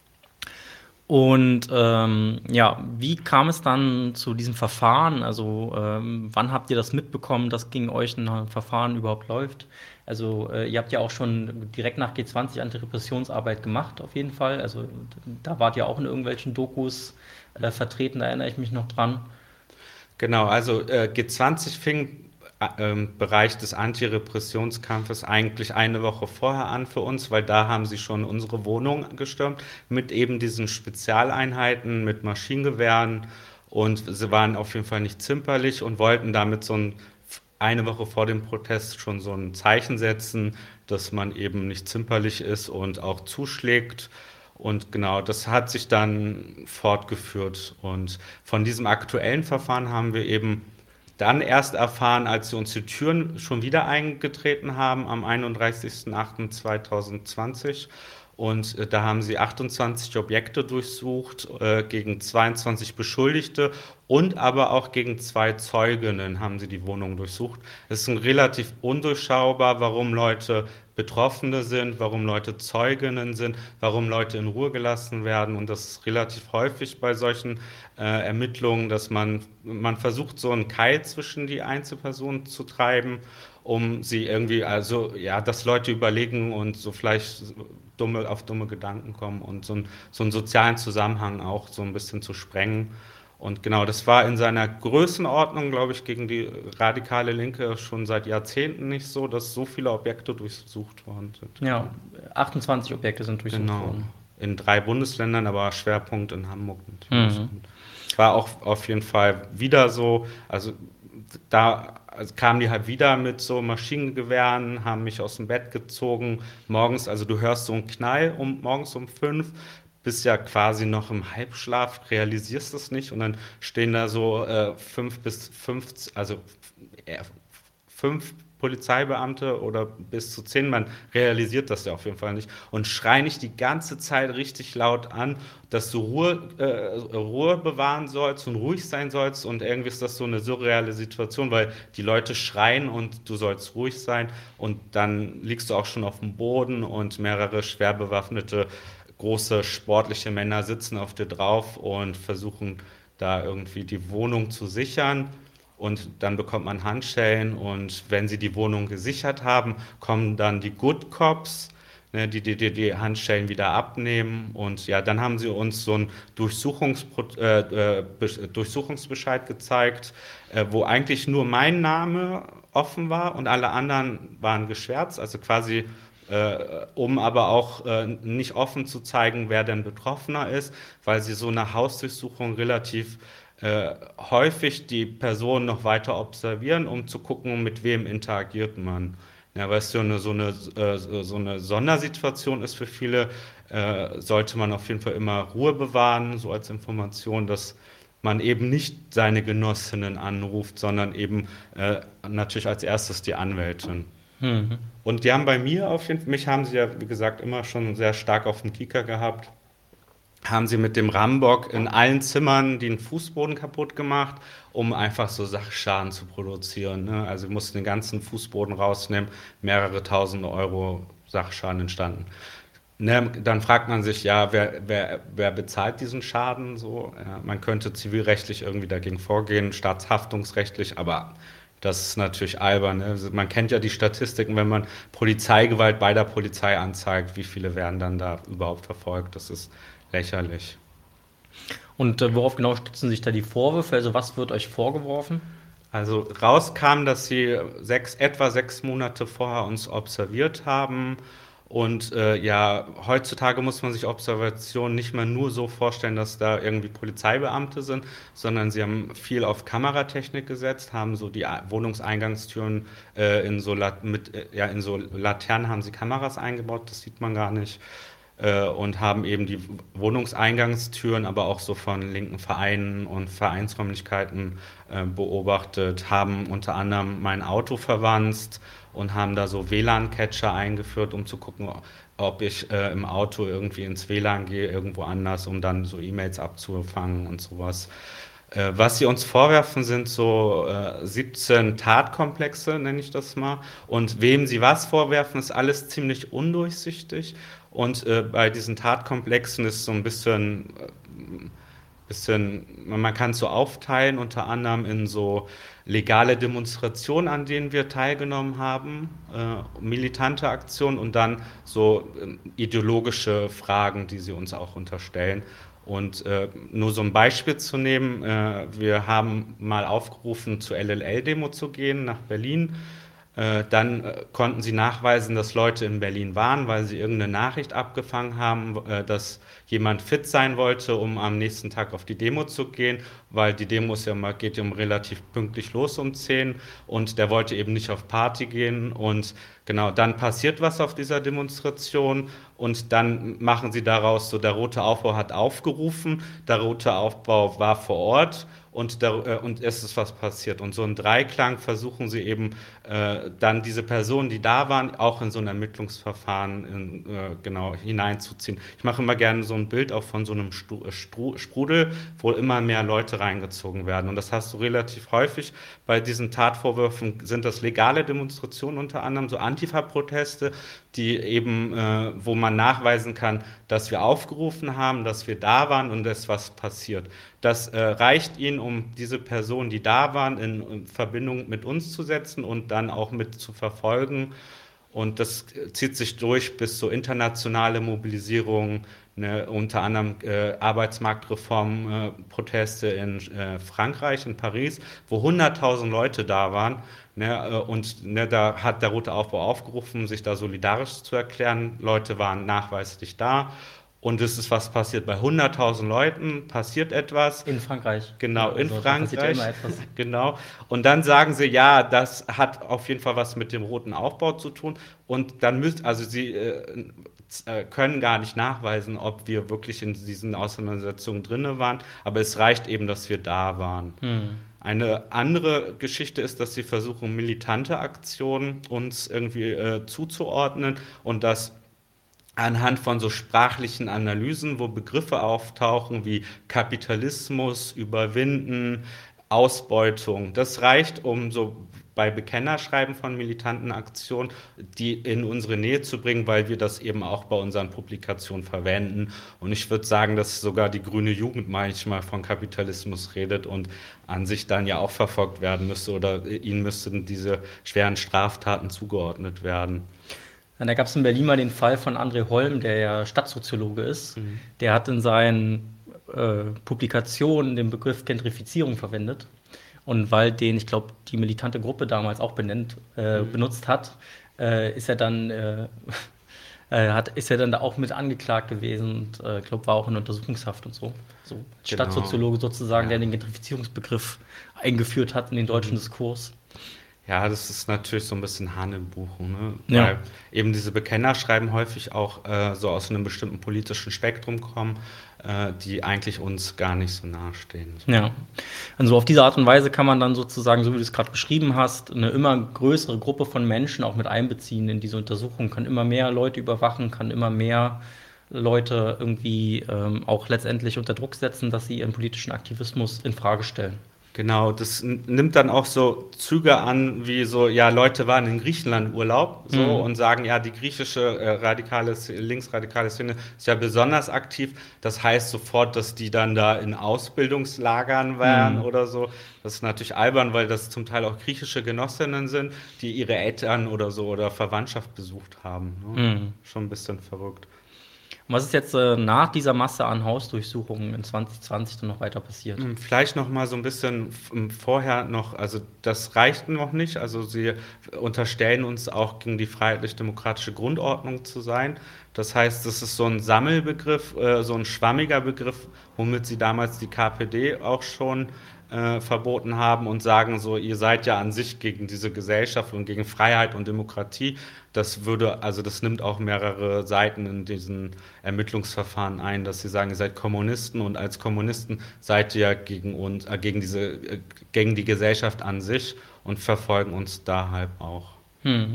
S1: Und ähm, ja, wie kam es dann zu diesem Verfahren? Also ähm, wann habt ihr das mitbekommen, dass gegen euch ein Verfahren überhaupt läuft? Also äh, ihr habt ja auch schon direkt nach G zwanzig Antirepressionsarbeit gemacht, auf jeden Fall. Also da wart ihr auch in irgendwelchen Dokus äh, vertreten, da erinnere ich mich noch dran.
S2: Genau, also äh, G zwanzig fing äh, im Bereich des Antirepressionskampfes eigentlich eine Woche vorher an für uns, weil da haben sie schon unsere Wohnung gestürmt mit eben diesen Spezialeinheiten, mit Maschinengewehren und sie waren auf jeden Fall nicht zimperlich und wollten damit so ein, eine Woche vor dem Protest schon so ein Zeichen setzen, dass man eben nicht zimperlich ist und auch zuschlägt. Und genau, das hat sich dann fortgeführt. Und von diesem aktuellen Verfahren haben wir eben dann erst erfahren, als sie uns die Türen schon wieder eingetreten haben, am einunddreißigsten achten zweitausendzwanzig. Und äh, da haben sie achtundzwanzig Objekte durchsucht, äh, gegen zweiundzwanzig Beschuldigte und aber auch gegen zwei Zeuginnen haben sie die Wohnung durchsucht. Es ist relativ undurchschaubar, warum Leute Betroffene sind, warum Leute Zeuginnen sind, warum Leute in Ruhe gelassen werden. Und das ist relativ häufig bei solchen äh, Ermittlungen, dass man, man versucht, so einen Keil zwischen die Einzelpersonen zu treiben, um sie irgendwie, also ja, dass Leute überlegen und so vielleicht dumme, auf dumme Gedanken kommen und so, ein, so einen sozialen Zusammenhang auch so ein bisschen zu sprengen. Und genau, das war in seiner Größenordnung, glaube ich, gegen die radikale Linke schon seit Jahrzehnten nicht so, dass so viele Objekte durchsucht worden sind.
S1: Ja, achtundzwanzig Objekte sind durchsucht
S2: Genau.
S1: worden.
S2: In drei Bundesländern, aber Schwerpunkt in Hamburg natürlich.
S1: Mhm.
S2: Und es war auch auf jeden Fall wieder so, also da also kamen die halt wieder mit so Maschinengewehren, haben mich aus dem Bett gezogen, morgens, also du hörst so einen Knall um, morgens um fünf, bist ja quasi noch im Halbschlaf, realisierst es nicht und dann stehen da so äh, fünf bis fünfzehn, also äh, fünf Polizeibeamte oder bis zu zehn, man realisiert das ja auf jeden Fall nicht und schreien dich die ganze Zeit richtig laut an, dass du Ruhe, äh, Ruhe bewahren sollst und ruhig sein sollst und irgendwie ist das so eine surreale Situation, weil die Leute schreien und du sollst ruhig sein und dann liegst du auch schon auf dem Boden und mehrere schwer bewaffnete große sportliche Männer sitzen auf dir drauf und versuchen da irgendwie die Wohnung zu sichern. Und dann bekommt man Handschellen und wenn sie die Wohnung gesichert haben, kommen dann die Good Cops, ne, die, die, die die Handschellen wieder abnehmen. Und ja, dann haben sie uns so einen Durchsuchungspro äh, äh, Durchsuchungsbescheid gezeigt, äh, wo eigentlich nur mein Name offen war und alle anderen waren geschwärzt, also quasi äh, um aber auch äh, nicht offen zu zeigen, wer denn Betroffener ist, weil sie so eine Hausdurchsuchung relativ äh, häufig die Person noch weiter observieren, um zu gucken, mit wem interagiert man. Ja, weil es so eine, so eine, äh, so eine Sondersituation ist für viele, äh, sollte man auf jeden Fall immer Ruhe bewahren, so als Information, dass man eben nicht seine Genossinnen anruft, sondern eben äh, natürlich als erstes die Anwältin.
S1: Mhm.
S2: Und die haben bei mir auf jeden Fall, mich haben sie ja, wie gesagt, immer schon sehr stark auf dem Kieker gehabt. Haben sie mit dem Rambock in allen Zimmern den Fußboden kaputt gemacht, um einfach so Sachschaden zu produzieren. Ne? Also wir mussten den ganzen Fußboden rausnehmen, mehrere tausende Euro Sachschaden entstanden. Ne, dann fragt man sich, ja, wer, wer, wer bezahlt diesen Schaden? So, ja, man könnte zivilrechtlich irgendwie dagegen vorgehen, staatshaftungsrechtlich, aber das ist natürlich albern. Ne? Also man kennt ja die Statistiken, wenn man Polizeigewalt bei der Polizei anzeigt, wie viele werden dann da überhaupt verfolgt? Das ist lächerlich.
S1: Und äh, worauf genau stützen sich da die Vorwürfe? Also was wird euch vorgeworfen?
S2: Also rauskam, dass sie sechs, etwa sechs Monate vorher uns observiert haben. Und äh, ja, heutzutage muss man sich Observationen nicht mehr nur so vorstellen, dass da irgendwie Polizeibeamte sind, sondern sie haben viel auf Kameratechnik gesetzt, haben so die A- Wohnungseingangstüren äh, in so Lat mit äh, ja in so Laternen haben sie Kameras eingebaut, das sieht man gar nicht. Äh, und haben eben die Wohnungseingangstüren, aber auch so von linken Vereinen und Vereinsräumlichkeiten äh, beobachtet, haben unter anderem mein Auto verwanzt und haben da so W L A N-Catcher eingeführt, um zu gucken, ob ich äh, im Auto irgendwie ins W L A N gehe, irgendwo anders, um dann so E-Mails abzufangen und sowas. Äh, was sie uns vorwerfen, sind so äh, siebzehn Tatkomplexe, nenne ich das mal. Und wem sie was vorwerfen, ist alles ziemlich undurchsichtig. Und äh, bei diesen Tatkomplexen ist so ein bisschen, äh, bisschen, man kann es so aufteilen, unter anderem in so legale Demonstrationen, an denen wir teilgenommen haben, äh, militante Aktionen und dann so äh, ideologische Fragen, die sie uns auch unterstellen. Und äh, nur so ein Beispiel zu nehmen, äh, wir haben mal aufgerufen, zur L L L-Demo zu gehen nach Berlin. Äh, dann äh, konnten sie nachweisen, dass Leute in Berlin waren, weil sie irgendeine Nachricht abgefangen haben, äh, dass jemand fit sein wollte, um am nächsten Tag auf die Demo zu gehen, weil die Demo ist ja mal, geht ja um relativ pünktlich los um zehn und der wollte eben nicht auf Party gehen und genau, dann passiert was auf dieser Demonstration und dann machen sie daraus so, der Rote Aufbau hat aufgerufen, der Rote Aufbau war vor Ort und, da, äh, und es ist was passiert. Und so ein Dreiklang versuchen sie eben äh, dann diese Personen, die da waren, auch in so ein Ermittlungsverfahren in, äh, genau hineinzuziehen. Ich mache immer gerne so ein Bild auch von so einem Stu Stru Sprudel, wo immer mehr Leute reingezogen werden. Und das hast du relativ häufig. Bei diesen Tatvorwürfen sind das legale Demonstrationen unter anderem, so Antifa-Proteste, die eben, äh, wo man nachweisen kann, dass wir aufgerufen haben, dass wir da waren und es was passiert. Das äh, reicht ihnen, um diese Personen, die da waren, in, in Verbindung mit uns zu setzen und dann auch mit zu verfolgen. Und das zieht sich durch bis so internationale Mobilisierung, ne, unter anderem äh, Arbeitsmarktreform-Proteste in äh, Frankreich, in Paris, wo hunderttausend Leute da waren. Ne, äh, und ne, da hat der Rote Aufbau aufgerufen, sich da solidarisch zu erklären. Leute waren nachweislich da. Und es ist was passiert. Bei hunderttausend Leuten passiert etwas.
S1: In Frankreich.
S2: Genau, in
S1: Also, da passiert ja
S2: Frankreich.
S1: immer etwas.
S2: Genau. Und dann sagen sie, ja, das hat auf jeden Fall was mit dem roten Aufbau zu tun. Und dann müsst, also sie äh, äh, können gar nicht nachweisen, ob wir wirklich in diesen Auseinandersetzungen drinne waren. Aber es reicht eben, dass wir da waren.
S1: Hm.
S2: Eine andere Geschichte ist, dass sie versuchen, militante Aktionen uns irgendwie äh, zuzuordnen und das anhand von so sprachlichen Analysen, wo Begriffe auftauchen wie Kapitalismus, Überwinden, Ausbeutung. Das reicht, um so bei Bekennerschreiben von militanten Aktionen, die in unsere Nähe zu bringen, weil wir das eben auch bei unseren Publikationen verwenden. Und ich würde sagen, dass sogar die grüne Jugend manchmal von Kapitalismus redet und an sich dann ja auch verfolgt werden müsste oder ihnen müssten diese schweren Straftaten zugeordnet werden.
S1: Dann, da gab es in Berlin mal den Fall von André Holm, der ja Stadtsoziologe ist.
S2: Mhm.
S1: Der hat in seinen äh, Publikationen den Begriff Gentrifizierung verwendet. Und weil den, ich glaube, die militante Gruppe damals auch benennt, äh,
S2: Mhm.
S1: benutzt hat, äh, ist er dann äh, äh, hat, ist er dann da auch mit angeklagt gewesen und äh, ich glaube, war auch in Untersuchungshaft und so. So als
S2: Genau.
S1: Stadtsoziologe sozusagen,
S2: Ja.
S1: der den Gentrifizierungsbegriff eingeführt hat in den deutschen Diskurs.
S2: Ja, das ist natürlich so ein bisschen Hanebüchen, ne?
S1: Ja.
S2: Weil eben diese Bekennerschreiben häufig auch äh, so aus einem bestimmten politischen Spektrum kommen, äh, die eigentlich uns gar nicht so nahestehen.
S1: Ja, also auf diese Art und Weise kann man dann sozusagen, so wie du es gerade beschrieben hast, eine immer größere Gruppe von Menschen auch mit einbeziehen in diese Untersuchung, kann immer mehr Leute überwachen, kann immer mehr Leute irgendwie ähm, auch letztendlich unter Druck setzen, dass sie ihren politischen Aktivismus in Frage stellen.
S2: Genau, das n- nimmt dann auch so Züge an, wie so, ja, Leute waren in Griechenland Urlaub so
S1: Mhm.
S2: und sagen, ja, die griechische äh, radikale, Sz- linksradikale Szene ist ja besonders aktiv. Das heißt sofort, dass die dann da in Ausbildungslagern waren
S1: Mhm.
S2: oder so. Das ist natürlich albern, weil das zum Teil auch griechische Genossinnen sind, die ihre Eltern oder so oder Verwandtschaft besucht haben. Ne?
S1: Mhm.
S2: Schon ein bisschen verrückt.
S1: Und was ist jetzt äh, nach dieser Masse an Hausdurchsuchungen in zwanzig zwanzig dann noch weiter passiert?
S2: Hm, Vielleicht noch mal so ein bisschen f- m, vorher noch, also das reicht noch nicht. Also sie unterstellen uns auch gegen die freiheitlich-demokratische Grundordnung zu sein. Das heißt, das ist so ein Sammelbegriff, äh, so ein schwammiger Begriff, womit sie damals die K P D auch schon äh, verboten haben und sagen so, ihr seid ja an sich gegen diese Gesellschaft und gegen Freiheit und Demokratie. Das würde, also das nimmt auch mehrere Seiten in diesen Ermittlungsverfahren ein, dass sie sagen, ihr seid Kommunisten und als Kommunisten seid ihr gegen uns, äh, gegen diese, äh, gegen die Gesellschaft an sich und verfolgen uns dahalb auch.
S1: Hm.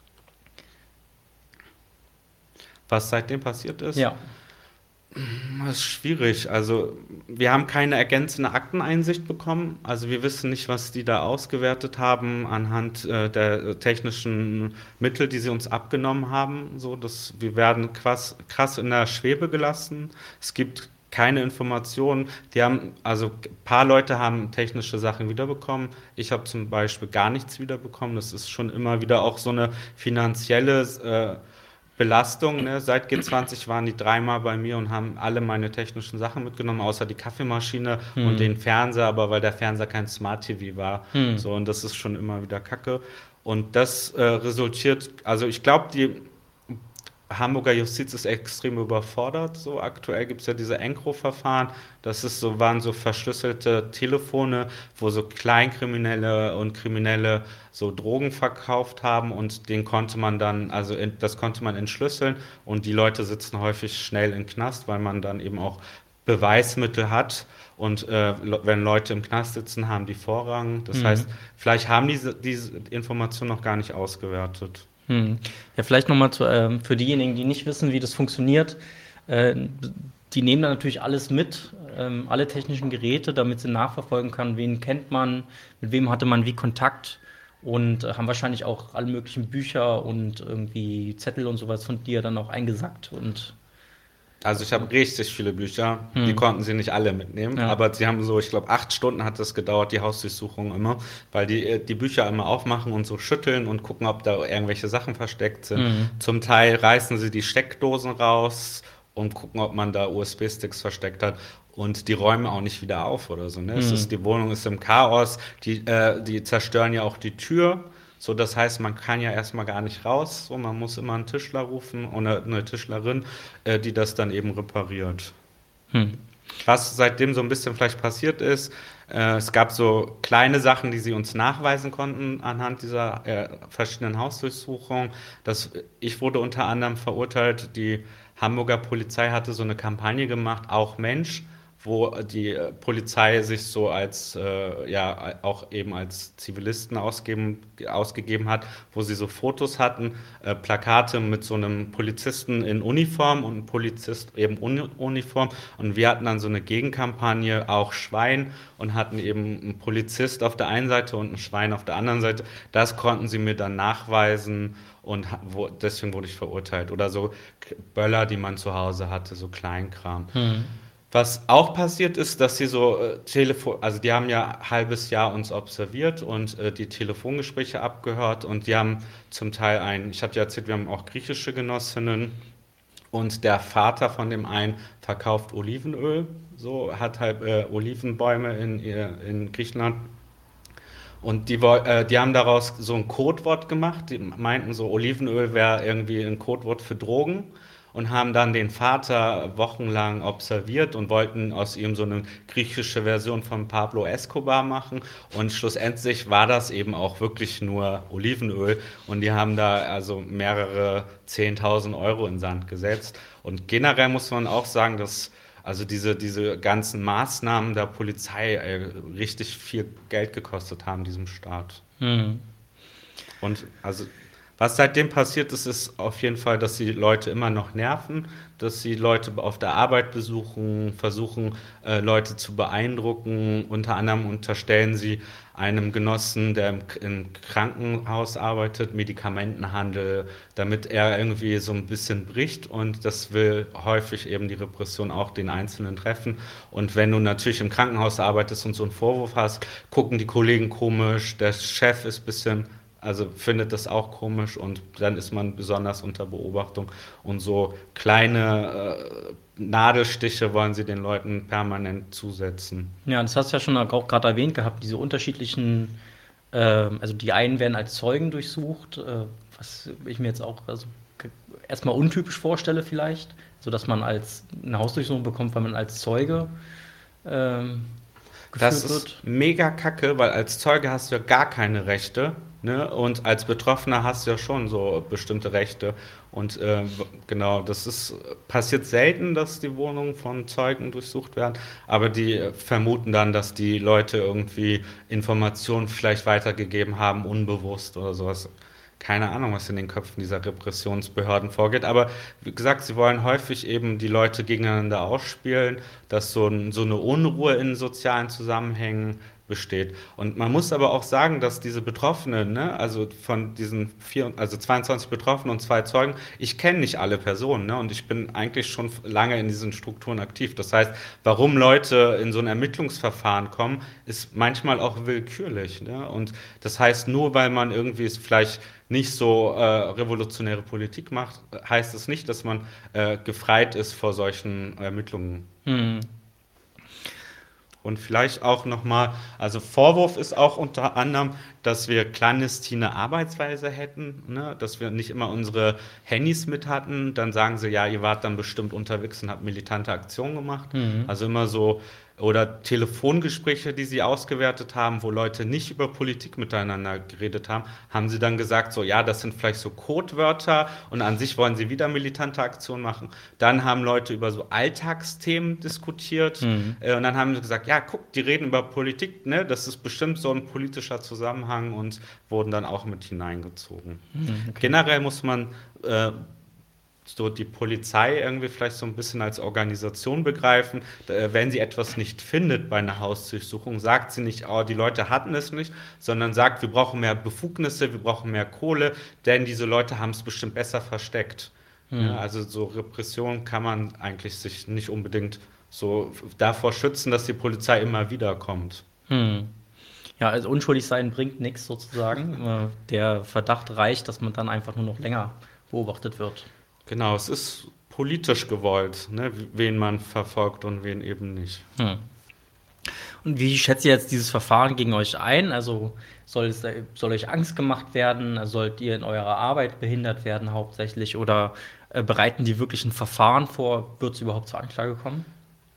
S2: Was seitdem passiert ist,
S1: Ja.
S2: das ist schwierig. Also wir haben keine ergänzende Akteneinsicht bekommen. Also wir wissen nicht, was die da ausgewertet haben anhand äh, der technischen Mittel, die sie uns abgenommen haben. So, dass wir werden krass, krass in der Schwebe gelassen. Es gibt keine Informationen. Die haben, also ein paar Leute haben technische Sachen wiederbekommen. Ich habe zum Beispiel gar nichts wiederbekommen. Das ist schon immer wieder auch so eine finanzielle äh, Belastung, ne? Seit G zwanzig waren die dreimal bei mir und haben alle meine technischen Sachen mitgenommen, außer die Kaffeemaschine und
S1: Hm.
S2: den Fernseher, aber weil der Fernseher kein Smart T V war.
S1: Hm.
S2: So, und das ist schon immer wieder Kacke. Und das äh, resultiert, also ich glaube, die Hamburger Justiz ist extrem überfordert. So aktuell gibt es ja diese EncRo-Verfahren. Das ist so, waren so verschlüsselte Telefone, wo so Kleinkriminelle und Kriminelle so Drogen verkauft haben und den konnte man dann, also in, das konnte man entschlüsseln und die Leute sitzen häufig schnell im Knast, weil man dann eben auch Beweismittel hat und äh, le- wenn Leute im Knast sitzen, haben die Vorrang. Das
S1: Hm.
S2: heißt, vielleicht haben diese, diese Information noch gar nicht ausgewertet.
S1: Hm. Ja, vielleicht nochmal zu, ähm, für diejenigen, die nicht wissen, wie das funktioniert. Äh, Die nehmen dann natürlich alles mit, ähm, alle technischen Geräte, damit sie nachverfolgen kann, wen kennt man, mit wem hatte man wie Kontakt und äh, haben wahrscheinlich auch alle möglichen Bücher und irgendwie Zettel und sowas von dir dann auch eingesackt und
S2: Also ich habe richtig viele Bücher, die
S1: hm.
S2: konnten sie nicht alle mitnehmen,
S1: Ja.
S2: aber sie haben so, ich glaube, acht Stunden hat das gedauert, die Hausdurchsuchung immer, weil die äh, die Bücher immer aufmachen und so schütteln und gucken, ob da irgendwelche Sachen versteckt sind.
S1: Hm.
S2: Zum Teil reißen sie die Steckdosen raus und gucken, ob man da U S B-Sticks versteckt hat. Und die räumen auch nicht wieder auf oder so. Ne? Es
S1: Hm.
S2: ist, die Wohnung ist im Chaos, die, äh, die zerstören ja auch die Tür. So, das heißt, man kann ja erstmal gar nicht raus. So, man muss immer einen Tischler rufen oder eine Tischlerin, äh, die das dann eben repariert.
S1: Hm.
S2: Was seitdem so ein bisschen vielleicht passiert ist, äh, es gab so kleine Sachen, die sie uns nachweisen konnten anhand dieser äh, verschiedenen Hausdurchsuchungen. Das, ich wurde unter anderem verurteilt, die Hamburger Polizei hatte so eine Kampagne gemacht, auch Mensch, wo die äh, Polizei sich so als, äh, ja, auch eben als Zivilisten ausgeben, ausgegeben hat, wo sie so Fotos hatten, äh, Plakate mit so einem Polizisten in Uniform und einem Polizist eben ohne Uniform. Und wir hatten dann so eine Gegenkampagne, auch Schwein, und hatten eben einen Polizist auf der einen Seite und ein Schwein auf der anderen Seite. Das konnten sie mir dann nachweisen und ha- wo, deswegen wurde ich verurteilt. Oder so K- Böller, die man zu Hause hatte, so Kleinkram.
S1: Hm.
S2: Was auch passiert ist, dass sie so äh, Telefon, also die haben ja ein halbes Jahr uns observiert und äh, die Telefongespräche abgehört und die haben zum Teil ein, ich hatte ja erzählt, wir haben auch griechische Genossinnen und der Vater von dem einen verkauft Olivenöl, so hat halt äh, Olivenbäume in, ihr- in Griechenland und die, woll- äh, die haben daraus so ein Codewort gemacht. Die meinten so, Olivenöl wäre irgendwie ein Codewort für Drogen und haben dann den Vater wochenlang observiert und wollten aus ihm so eine griechische Version von Pablo Escobar machen. Und schlussendlich war das eben auch wirklich nur Olivenöl. Und die haben da also mehrere zehntausend Euro in den Sand gesetzt. Und generell muss man auch sagen, dass also diese, diese ganzen Maßnahmen der Polizei äh, richtig viel Geld gekostet haben, diesem Staat.
S1: Hm.
S2: Und also, was seitdem passiert ist, ist auf jeden Fall, dass sie Leute immer noch nerven, dass sie Leute auf der Arbeit besuchen, versuchen, äh, Leute zu beeindrucken. Unter anderem unterstellen sie einem Genossen, der im, im Krankenhaus arbeitet, Medikamentenhandel, damit er irgendwie so ein bisschen bricht. Und das will häufig eben die Repression auch den Einzelnen treffen. Und wenn du natürlich im Krankenhaus arbeitest und so einen Vorwurf hast, gucken die Kollegen komisch, der Chef ist ein bisschen also findet das auch komisch und dann ist man besonders unter Beobachtung und so kleine äh, Nadelstiche wollen sie den Leuten permanent zusetzen.
S1: Ja, das hast du ja schon auch gerade erwähnt gehabt, diese unterschiedlichen, ähm, also die einen werden als Zeugen durchsucht, äh, was ich mir jetzt auch also, ge- erstmal untypisch vorstelle vielleicht, sodass man als eine Hausdurchsuchung bekommt, weil man als Zeuge ähm,
S2: Das
S1: geführt
S2: ist
S1: wird.
S2: mega kacke, weil als Zeuge hast du ja gar keine Rechte, ne? Und als Betroffener hast du ja schon so bestimmte Rechte. Und äh, genau, das ist passiert selten, dass die Wohnungen von Zeugen durchsucht werden, aber die äh, vermuten dann, dass die Leute irgendwie Informationen vielleicht weitergegeben haben, unbewusst oder sowas. Keine Ahnung, was in den Köpfen dieser Repressionsbehörden vorgeht. Aber wie gesagt, sie wollen häufig eben die Leute gegeneinander ausspielen, dass so, ein, so eine Unruhe in sozialen Zusammenhängen besteht. Und man muss aber auch sagen, dass diese Betroffenen, ne, also von diesen vier, also zweiundzwanzig Betroffenen und zwei Zeugen, ich kenne nicht alle Personen, ne, und ich bin eigentlich schon lange in diesen Strukturen aktiv. Das heißt, warum Leute in so ein Ermittlungsverfahren kommen, ist manchmal auch willkürlich, ne? Und das heißt, nur weil man irgendwie es vielleicht nicht so äh, revolutionäre Politik macht, heißt es nicht, dass man äh, gefreit ist vor solchen Ermittlungen.
S1: Hm.
S2: Und vielleicht auch nochmal, also Vorwurf ist auch unter anderem, dass wir clandestine Arbeitsweise hätten, ne? Dass wir nicht immer unsere Handys mit hatten. Dann sagen sie, ja, ihr wart dann bestimmt unterwegs und habt militante Aktionen gemacht.
S1: Mhm.
S2: Also immer so, oder Telefongespräche, die sie ausgewertet haben, wo Leute nicht über Politik miteinander geredet haben, haben sie dann gesagt, so, ja, das sind vielleicht so Codewörter und an sich wollen sie wieder militante Aktionen machen. Dann haben Leute über so Alltagsthemen diskutiert
S1: Mhm.
S2: äh, und dann haben sie gesagt, ja, guck, die reden über Politik, ne? Das ist bestimmt so ein politischer Zusammenhang und wurden dann auch mit hineingezogen.
S1: Mhm. Okay.
S2: Generell muss man äh, so die Polizei irgendwie vielleicht so ein bisschen als Organisation begreifen. Äh, Wenn sie etwas nicht findet bei einer Hausdurchsuchung, sagt sie nicht, oh, die Leute hatten es nicht, sondern sagt, wir brauchen mehr Befugnisse, wir brauchen mehr Kohle, denn diese Leute haben es bestimmt besser versteckt. Ja,
S1: Mhm.
S2: also so Repression kann man eigentlich sich nicht unbedingt so davor schützen, dass die Polizei immer wieder kommt.
S1: Mhm. Ja, also unschuldig sein bringt nichts sozusagen. Äh, Der Verdacht reicht, dass man dann einfach nur noch länger beobachtet wird.
S2: Genau, es ist politisch gewollt, ne, wen man verfolgt und wen eben nicht.
S1: Hm. Und wie schätzt ihr jetzt dieses Verfahren gegen euch ein? Also soll es, soll euch Angst gemacht werden? Sollt ihr in eurer Arbeit behindert werden hauptsächlich? Oder äh, bereiten die wirklich ein Verfahren vor? Wird es überhaupt zur Anklage kommen?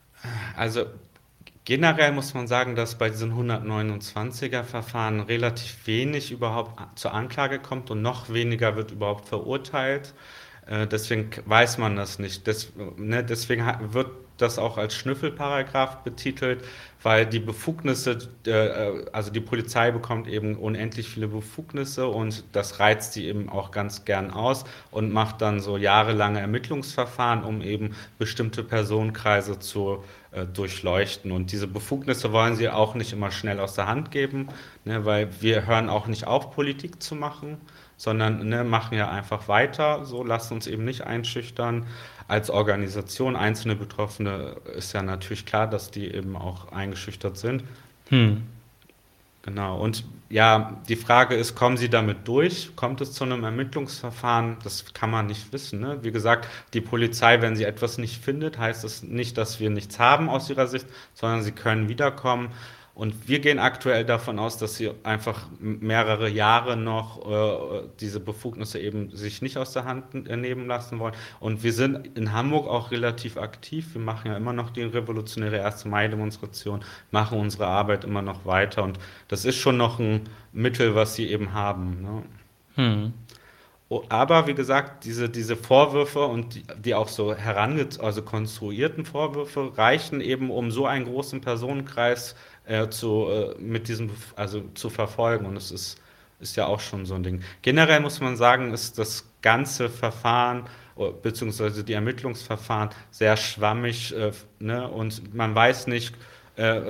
S2: Also generell muss man sagen, dass bei diesen hundertneunundzwanziger-Verfahren relativ wenig überhaupt a- zur Anklage kommt und noch weniger wird überhaupt verurteilt. Äh, deswegen k- weiß man das nicht. Des, ne, deswegen ha- wird das auch als Schnüffelparagraph betitelt, weil die Befugnisse, äh, äh, also die Polizei bekommt eben unendlich viele Befugnisse und das reizt sie eben auch ganz gern aus und macht dann so jahrelange Ermittlungsverfahren, um eben bestimmte Personenkreise zu äh, durchleuchten. Und diese Befugnisse wollen sie auch nicht immer schnell aus der Hand geben, ne, weil wir hören auch nicht auf, Politik zu machen, sondern ne, machen ja einfach weiter. So, lasst uns eben nicht einschüchtern. Als Organisation, einzelne Betroffene ist ja natürlich klar, dass die eben auch eingeschüchtert sind.
S1: Hm.
S2: Genau. Und ja, die Frage ist, kommen Sie damit durch? Kommt es zu einem Ermittlungsverfahren? Das kann man nicht wissen. Ne? Wie gesagt, die Polizei, wenn sie etwas nicht findet, heißt es nicht, dass wir nichts haben aus ihrer Sicht, sondern sie können wiederkommen. Und wir gehen aktuell davon aus, dass sie einfach mehrere Jahre noch äh, diese Befugnisse eben sich nicht aus der Hand nehmen lassen wollen. Und wir sind in Hamburg auch relativ aktiv. Wir machen ja immer noch die revolutionäre erste Mai-Demonstration, machen unsere Arbeit immer noch weiter. Und das ist schon noch ein Mittel, was sie eben haben. Ne?
S1: Hm.
S2: Oh, aber wie gesagt, diese, diese Vorwürfe und die, die auch so herange also konstruierten Vorwürfe reichen eben, um so einen großen Personenkreis äh, zu, äh, mit diesem, also zu verfolgen. Und es ist, ist ja auch schon so ein Ding. Generell muss man sagen, ist das ganze Verfahren o- beziehungsweise die Ermittlungsverfahren sehr schwammig, äh, ne? Und man weiß nicht, äh,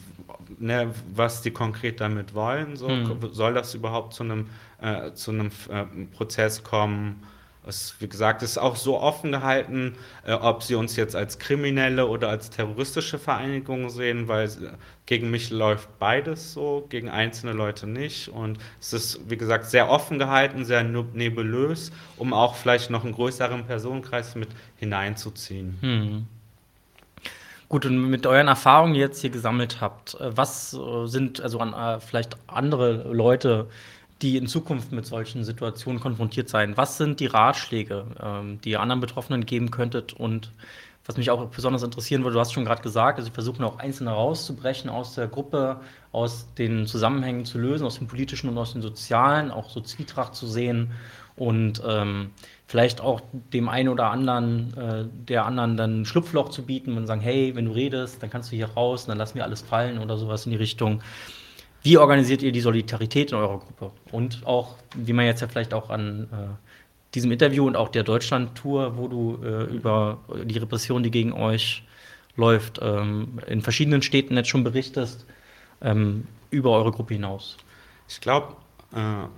S2: ne, was die konkret damit wollen. So,
S1: Hm.
S2: soll das überhaupt zu einem, äh, zu einem äh, Prozess kommen? Es, wie gesagt, ist auch so offen gehalten, äh, ob sie uns jetzt als kriminelle oder als terroristische Vereinigung sehen, weil äh, gegen mich läuft beides so, gegen einzelne Leute nicht. Und es ist, wie gesagt, sehr offen gehalten, sehr nebulös, um auch vielleicht noch einen größeren Personenkreis mit hineinzuziehen.
S1: Hm. Gut, und mit euren Erfahrungen, die ihr jetzt hier gesammelt habt, äh, was äh, sind also an, äh, vielleicht andere Leute, die in Zukunft mit solchen Situationen konfrontiert sein? Was sind die Ratschläge, ähm, die ihr anderen Betroffenen geben könntet? Und was mich auch besonders interessieren würde, du hast schon gerade gesagt, also sie versuchen auch Einzelne rauszubrechen aus der Gruppe, aus den Zusammenhängen zu lösen, aus dem politischen und aus dem sozialen, auch so Zwietracht zu sehen und ähm, vielleicht auch dem einen oder anderen, äh, der anderen dann ein Schlupfloch zu bieten und sagen, hey, wenn du redest, dann kannst du hier raus, dann lassen wir alles fallen oder sowas in die Richtung. Wie organisiert ihr die Solidarität in eurer Gruppe? Und auch, wie man jetzt ja vielleicht auch an äh, diesem Interview und auch der Deutschland-Tour, wo du äh, über die Repression, die gegen euch läuft, ähm, in verschiedenen Städten jetzt schon berichtest, ähm, über eure Gruppe hinaus.
S2: Ich glaube, äh,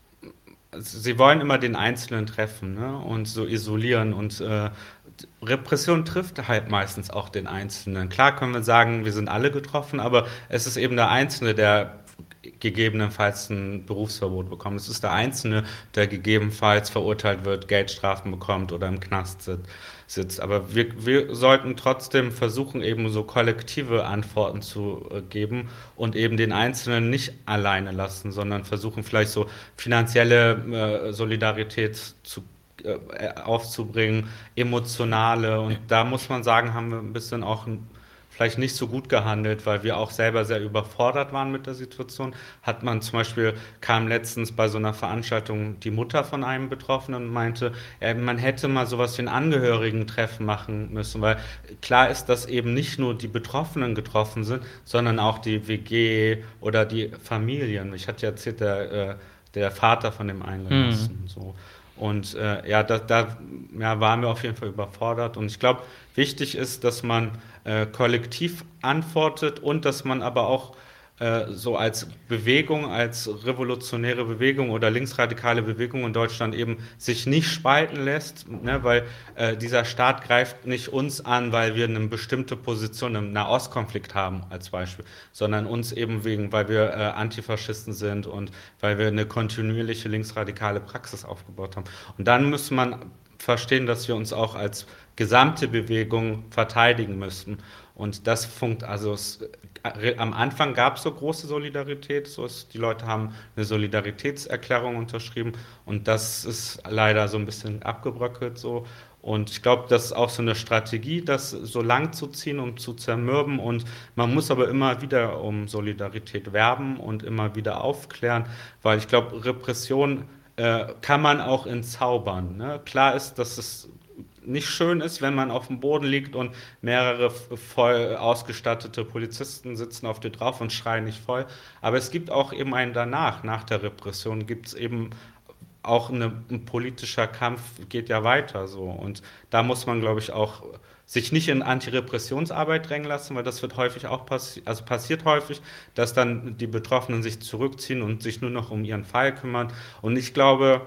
S2: sie wollen immer den Einzelnen treffen, ne? Und so isolieren und äh, Repression trifft halt meistens auch den Einzelnen. Klar können wir sagen, wir sind alle getroffen, aber es ist eben der Einzelne, der gegebenenfalls ein Berufsverbot bekommt. Es ist der Einzelne, der gegebenenfalls verurteilt wird, Geldstrafen bekommt oder im Knast sitzt. Aber wir, wir sollten trotzdem versuchen, eben so kollektive Antworten zu äh, geben und eben den Einzelnen nicht alleine lassen, sondern versuchen vielleicht so finanzielle äh, Solidarität zu äh, aufzubringen, emotionale. Und da muss man sagen, haben wir ein bisschen auch ein vielleicht nicht so gut gehandelt, weil wir auch selber sehr überfordert waren mit der Situation. Hat man zum Beispiel, kam letztens bei so einer Veranstaltung die Mutter von einem Betroffenen und meinte, äh, man hätte mal sowas wie ein Angehörigentreffen machen müssen, weil klar ist, dass eben nicht nur die Betroffenen getroffen sind, sondern auch die W G oder die Familien. Ich hatte ja erzählt, der, äh, der Vater von dem Eingenossen.
S1: Mhm.
S2: So. Und äh, ja, da, da ja, waren wir auf jeden Fall überfordert. Und ich glaube, wichtig ist, dass man äh, kollektiv antwortet und dass man aber auch äh, so als Bewegung, als revolutionäre Bewegung oder linksradikale Bewegung in Deutschland eben sich nicht spalten lässt, ne, weil äh, dieser Staat greift nicht uns an, weil wir eine bestimmte Position im Nahostkonflikt haben als Beispiel, sondern uns eben wegen, weil wir äh, Antifaschisten sind und weil wir eine kontinuierliche linksradikale Praxis aufgebaut haben. Und dann muss man verstehen, dass wir uns auch als gesamte Bewegung verteidigen müssen. Und das funkt, also es, äh, am Anfang gab es so große Solidarität, so ist, die Leute haben eine Solidaritätserklärung unterschrieben und das ist leider so ein bisschen abgebröckelt so. Und ich glaube, das ist auch so eine Strategie, das so lang zu ziehen und zu zermürben. Und man muss aber immer wieder um Solidarität werben und immer wieder aufklären, weil ich glaube, Repression äh, kann man auch entzaubern. Ne? Klar ist, dass es nicht schön ist, wenn man auf dem Boden liegt und mehrere voll ausgestattete Polizisten sitzen auf dir drauf und schreien nicht voll. Aber es gibt auch eben einen danach, nach der Repression gibt es eben auch eine, ein politischer Kampf, geht ja weiter so. Und da muss man, glaube ich, auch sich nicht in Antirepressionsarbeit drängen lassen, weil das wird häufig auch passieren, also passiert häufig, dass dann die Betroffenen sich zurückziehen und sich nur noch um ihren Fall kümmern. Und ich glaube,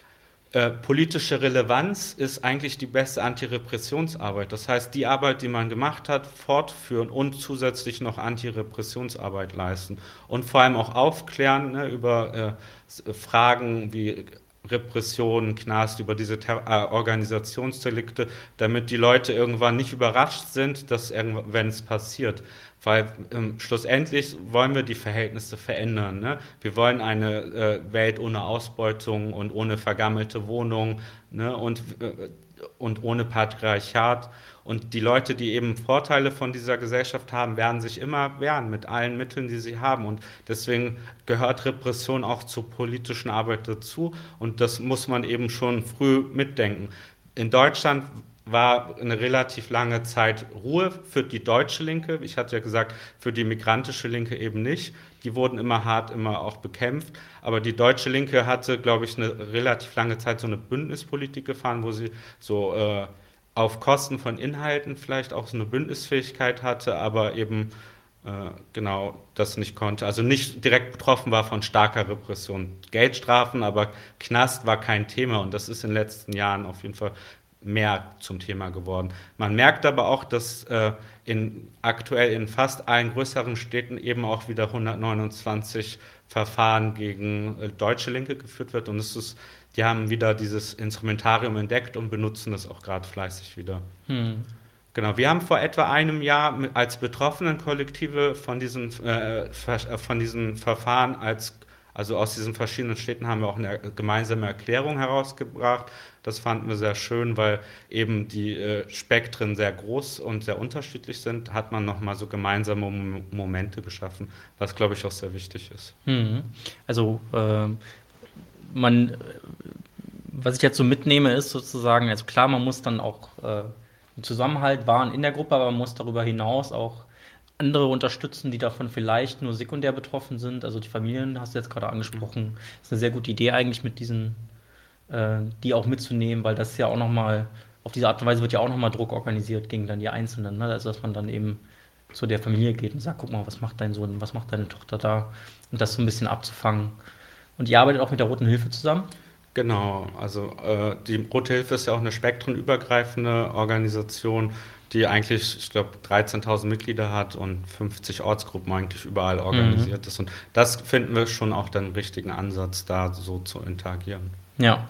S2: Äh, politische Relevanz ist eigentlich die beste Antirepressionsarbeit. Das heißt, die Arbeit, die man gemacht hat, fortführen und zusätzlich noch Antirepressionsarbeit leisten. Und vor allem auch aufklären, ne, über äh, Fragen wie Repression, Knast, über diese Ter äh, Organisationsdelikte, damit die Leute irgendwann nicht überrascht sind, dass wenn es passiert. Weil ähm, schlussendlich wollen wir die Verhältnisse verändern. Ne? Wir wollen eine äh, Welt ohne Ausbeutung und ohne vergammelte Wohnungen, ne? und, äh, und ohne Patriarchat. Und die Leute, die eben Vorteile von dieser Gesellschaft haben, werden sich immer wehren mit allen Mitteln, die sie haben. Und deswegen gehört Repression auch zur politischen Arbeit dazu. Und das muss man eben schon früh mitdenken. In Deutschland war eine relativ lange Zeit Ruhe für die deutsche Linke. Ich hatte ja gesagt, für die migrantische Linke eben nicht. Die wurden immer hart, immer auch bekämpft. Aber die deutsche Linke hatte, glaube ich, eine relativ lange Zeit so eine Bündnispolitik gefahren, wo sie so äh, auf Kosten von Inhalten vielleicht auch so eine Bündnisfähigkeit hatte, aber eben äh, genau das nicht konnte. Also nicht direkt betroffen war von starker Repression. Geldstrafen, aber Knast war kein Thema und das ist in den letzten Jahren auf jeden Fall mehr zum Thema geworden. Man merkt aber auch, dass äh, in, aktuell in fast allen größeren Städten eben auch wieder hundertneunundzwanzig Verfahren gegen äh, deutsche Linke geführt wird und es ist, die haben wieder dieses Instrumentarium entdeckt und benutzen das auch gerade fleißig wieder.
S1: Hm.
S2: Genau, wir haben vor etwa einem Jahr mit- als Betroffenenkollektive von diesen, äh, Ver- äh, von diesen Verfahren, als, also aus diesen verschiedenen Städten, haben wir auch eine gemeinsame Erklärung herausgebracht. Das fanden wir sehr schön, weil eben die äh, Spektren sehr groß und sehr unterschiedlich sind, hat man nochmal so gemeinsame Mom- Momente geschaffen, was, glaube ich, auch sehr wichtig ist.
S1: Hm. Also ähm, man, was ich jetzt so mitnehme, ist sozusagen, also klar, man muss dann auch äh, einen Zusammenhalt wahren in der Gruppe, aber man muss darüber hinaus auch andere unterstützen, die davon vielleicht nur sekundär betroffen sind. Also die Familien hast du jetzt gerade angesprochen. Das ist eine sehr gute Idee eigentlich mit diesen, äh, die auch mitzunehmen, weil das ja auch nochmal, auf diese Art und Weise wird ja auch nochmal Druck organisiert gegen dann die Einzelnen. Ne? Also dass man dann eben zu der Familie geht und sagt, guck mal, was macht dein Sohn, was macht deine Tochter da? Und das so ein bisschen abzufangen. Und ihr arbeitet auch mit der Roten Hilfe zusammen?
S2: Genau, also äh, die Rote Hilfe ist ja auch eine spektrenübergreifende Organisation, die eigentlich, ich glaube, dreizehntausend Mitglieder hat und fünfzig Ortsgruppen eigentlich überall
S1: Mhm.
S2: organisiert ist. Und das finden wir schon auch den richtigen Ansatz, da so zu interagieren.
S1: Ja.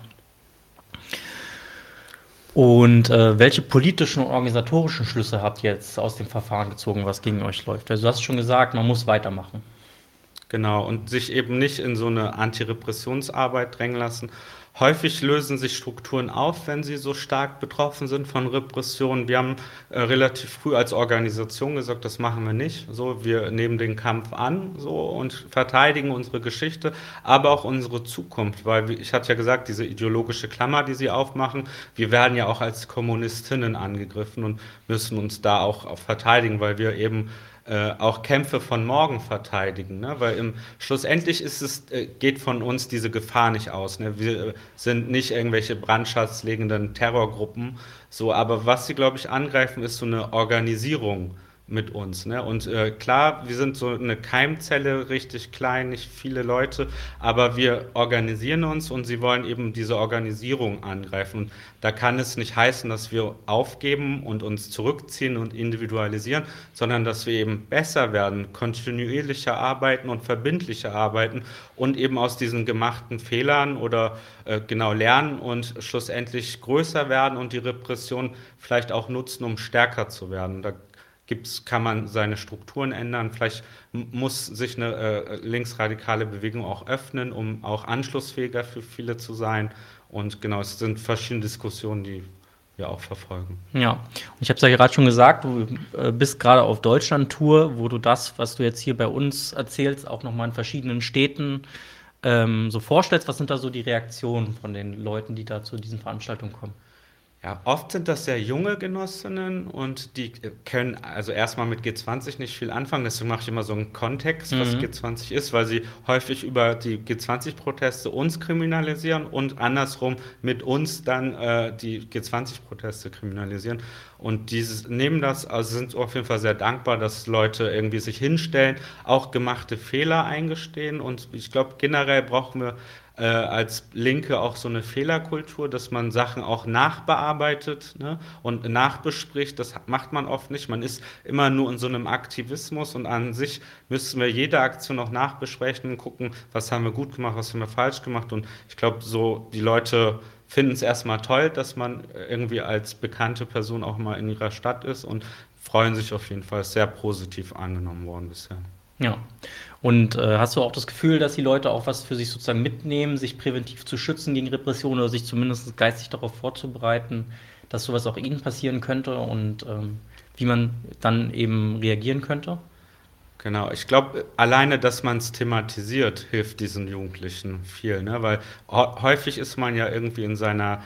S1: Und äh, welche politischen und organisatorischen Schlüsse habt ihr jetzt aus dem Verfahren gezogen, was gegen euch läuft? Also du hast schon gesagt, man muss weitermachen.
S2: Genau, und sich eben nicht in so eine Antirepressionsarbeit drängen lassen. Häufig lösen sich Strukturen auf, wenn sie so stark betroffen sind von Repressionen. Wir haben äh, relativ früh als Organisation gesagt, das machen wir nicht. So, wir nehmen den Kampf an so und verteidigen unsere Geschichte, aber auch unsere Zukunft, weil wie- ich hatte ja gesagt, diese ideologische Klammer, die sie aufmachen, wir werden ja auch als Kommunistinnen angegriffen und müssen uns da auch, auch verteidigen, weil wir eben äh, auch Kämpfe von morgen verteidigen, ne? Weil im schlussendlich ist es, äh, geht von uns diese Gefahr nicht aus. Ne? Wir äh, sind nicht irgendwelche brandschatzlegenden Terrorgruppen, so, aber was sie, glaube ich, angreifen, ist so eine Organisierung mit uns. Ne? Und äh, klar, wir sind so eine Keimzelle, richtig klein, nicht viele Leute, aber wir organisieren uns und sie wollen eben diese Organisierung angreifen. Und da kann es nicht heißen, dass wir aufgeben und uns zurückziehen und individualisieren, sondern dass wir eben besser werden, kontinuierlicher arbeiten und verbindlicher arbeiten und eben aus diesen gemachten Fehlern oder äh, genau lernen und schlussendlich größer werden und die Repression vielleicht auch nutzen, um stärker zu werden. Da gibt's, kann man seine Strukturen ändern. Vielleicht m- muss sich eine äh, linksradikale Bewegung auch öffnen, um auch anschlussfähiger für viele zu sein. Und genau, es sind verschiedene Diskussionen, die wir auch verfolgen.
S1: Ja, und ich habe es ja gerade schon gesagt, du äh, bist gerade auf Deutschland-Tour, wo du das, was du jetzt hier bei uns erzählst, auch nochmal in verschiedenen Städten ähm, so vorstellst. Was sind da so die Reaktionen von den Leuten, die da zu diesen Veranstaltungen kommen?
S2: Ja, oft sind das sehr junge Genossinnen und die können also erstmal mit G zwanzig nicht viel anfangen. Deswegen mache ich immer so einen Kontext, was
S1: Mhm.
S2: G zwanzig ist, weil sie häufig über die G zwanzig-Proteste uns kriminalisieren und andersrum mit uns dann äh, die G zwanzig-Proteste kriminalisieren. Und dieses nehmen das, also sind auf jeden Fall sehr dankbar, dass Leute irgendwie sich hinstellen, auch gemachte Fehler eingestehen. Und ich glaube, generell brauchen wir äh, als Linke auch so eine Fehlerkultur, dass man Sachen auch nachbearbeitet, ne, und nachbespricht. Das macht man oft nicht. Man ist immer nur in so einem Aktivismus und an sich müssen wir jede Aktion auch nachbesprechen und gucken, was haben wir gut gemacht, was haben wir falsch gemacht. Und ich glaube, so die Leute finden es erstmal toll, dass man irgendwie als bekannte Person auch mal in ihrer Stadt ist und freuen sich auf jeden Fall. Ist sehr positiv angenommen worden bisher.
S1: Ja. Und äh, hast du auch das Gefühl, dass die Leute auch was für sich sozusagen mitnehmen, sich präventiv zu schützen gegen Repression oder sich zumindest geistig darauf vorzubereiten, dass sowas auch ihnen passieren könnte und ähm, wie man dann eben reagieren könnte?
S2: Genau, ich glaube, alleine, dass man es thematisiert, hilft diesen Jugendlichen viel, ne? Weil hä- häufig ist man ja irgendwie in seiner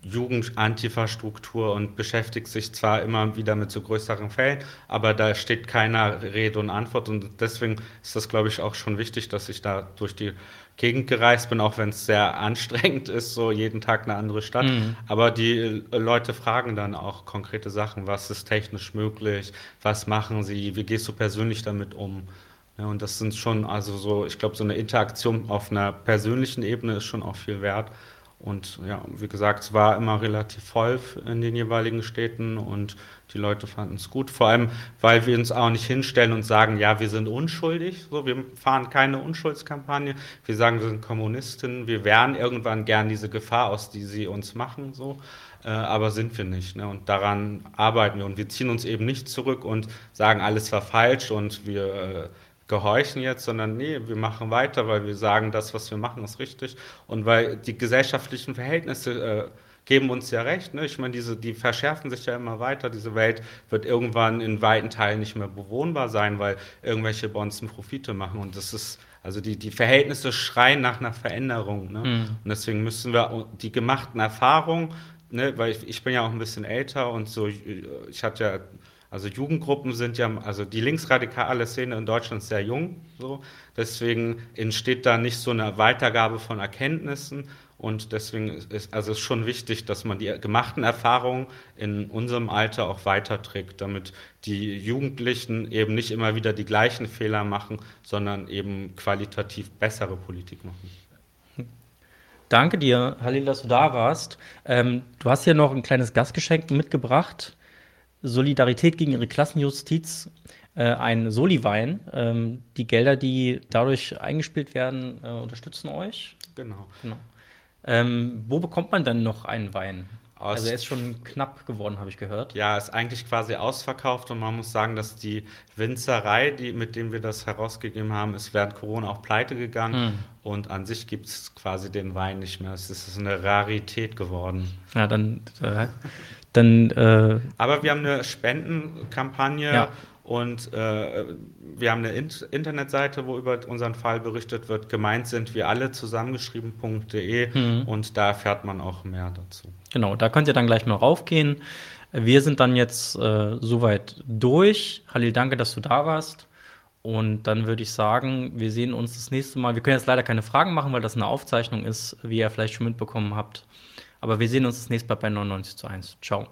S2: Jugend-Antifa-Struktur und beschäftigt sich zwar immer wieder mit so größeren Fällen, aber da steht keiner Rede und Antwort und deswegen ist das, glaube ich, auch schon wichtig, dass ich da durch die Gegend gereist bin, auch wenn es sehr anstrengend ist, so jeden Tag eine andere Stadt. Mhm. Aber die Leute fragen dann auch konkrete Sachen, was ist technisch möglich, was machen sie, wie gehst du persönlich damit um? Ja, und das sind schon, also so, ich glaube, so eine Interaktion auf einer persönlichen Ebene ist schon auch viel wert. Und ja, wie gesagt, es war immer relativ voll in den jeweiligen Städten und die Leute fanden es gut. Vor allem, weil wir uns auch nicht hinstellen und sagen, ja, wir sind unschuldig. So, wir fahren keine Unschuldskampagne. Wir sagen, wir sind Kommunisten. Wir wehren irgendwann gern diese Gefahr aus, die sie uns machen. So. Äh, aber sind wir nicht. Ne? Und daran arbeiten wir. Und wir ziehen uns eben nicht zurück und sagen, alles war falsch und wir äh, gehorchen jetzt, sondern nee, wir machen weiter, weil wir sagen, das, was wir machen, ist richtig. Und weil die gesellschaftlichen Verhältnisse äh, geben uns ja recht. Ne? Ich meine, diese, die verschärfen sich ja immer weiter. Diese Welt wird irgendwann in weiten Teilen nicht mehr bewohnbar sein, weil irgendwelche Bonzen Profite machen. Und das ist, also die, die Verhältnisse schreien nach einer Veränderung. Ne? Mhm. Und deswegen müssen wir die gemachten Erfahrungen, ne, weil ich, ich bin ja auch ein bisschen älter und so, ich hatte ja, also Jugendgruppen sind ja, also die linksradikale Szene in Deutschland ist sehr jung, so. Deswegen entsteht da nicht so eine Weitergabe von Erkenntnissen und deswegen ist also ist schon wichtig, dass man die gemachten Erfahrungen in unserem Alter auch weiterträgt, damit die Jugendlichen eben nicht immer wieder die gleichen Fehler machen, sondern eben qualitativ bessere Politik machen.
S1: Danke dir, Halil, dass du da warst. Ähm, du hast hier noch ein kleines Gastgeschenk mitgebracht. Solidarität gegen ihre Klassenjustiz, äh, ein Soli-Wein. Ähm, die Gelder, die dadurch eingespielt werden, äh, unterstützen euch.
S2: Genau.
S1: genau. Ähm, wo bekommt man denn noch einen Wein? Aus also er ist schon knapp geworden, habe ich gehört.
S2: Ja, ist eigentlich quasi ausverkauft und man muss sagen, dass die Winzerei, die, mit dem wir das herausgegeben haben, ist während Corona auch pleite gegangen. Hm. Und an sich gibt es quasi den Wein nicht mehr. Es ist eine Rarität geworden.
S1: Ja, dann... Äh, Dann, äh
S2: Aber wir haben eine Spendenkampagne ja. und äh, wir haben eine Int- Internetseite, wo über unseren Fall berichtet wird. Gemeint sind wir alle zusammengeschrieben punkt de mhm. und da erfährt man auch mehr dazu.
S1: Genau, da könnt ihr dann gleich mal raufgehen. Wir sind dann jetzt äh, soweit durch. Halil, danke, dass du da warst. Und dann würde ich sagen, wir sehen uns das nächste Mal. Wir können jetzt leider keine Fragen machen, weil das eine Aufzeichnung ist, wie ihr vielleicht schon mitbekommen habt. Aber wir sehen uns das nächste Mal bei neunundneunzig zu eins. Ciao.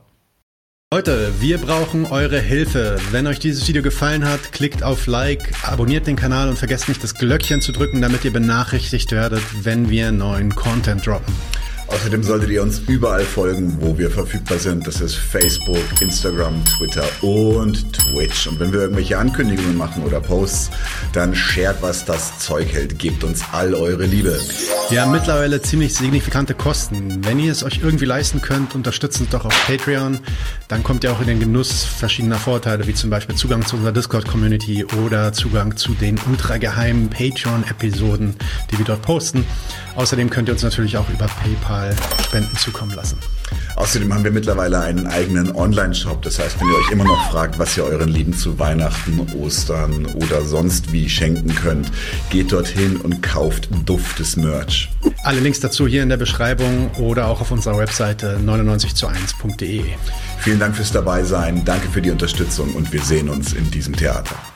S3: Leute, wir brauchen eure Hilfe. Wenn euch dieses Video gefallen hat, klickt auf Like, abonniert den Kanal und vergesst nicht, das Glöckchen zu drücken, damit ihr benachrichtigt werdet, wenn wir neuen Content droppen.
S4: Außerdem solltet ihr uns überall folgen, wo wir verfügbar sind. Das ist Facebook, Instagram, Twitter und Twitch. Und wenn wir irgendwelche Ankündigungen machen oder Posts, dann shared, was das Zeug hält. Gebt uns all eure Liebe.
S3: Wir haben mittlerweile ziemlich signifikante Kosten. Wenn ihr es euch irgendwie leisten könnt, unterstützt uns doch auf Patreon. Dann kommt ihr auch in den Genuss verschiedener Vorteile, wie zum Beispiel Zugang zu unserer Discord-Community oder Zugang zu den ultrageheimen Patreon-Episoden, die wir dort posten. Außerdem könnt ihr uns natürlich auch über PayPal Spenden zukommen lassen.
S4: Außerdem haben wir mittlerweile einen eigenen Online-Shop. Das heißt, wenn ihr euch immer noch fragt, was ihr euren Lieben zu Weihnachten, Ostern oder sonst wie schenken könnt, geht dorthin und kauft duftes Merch.
S3: Alle Links dazu hier in der Beschreibung oder auch auf unserer Webseite neunundneunzig zu eins punkt de.
S4: Vielen Dank fürs Dabeisein, danke für die Unterstützung und wir sehen uns in diesem Theater.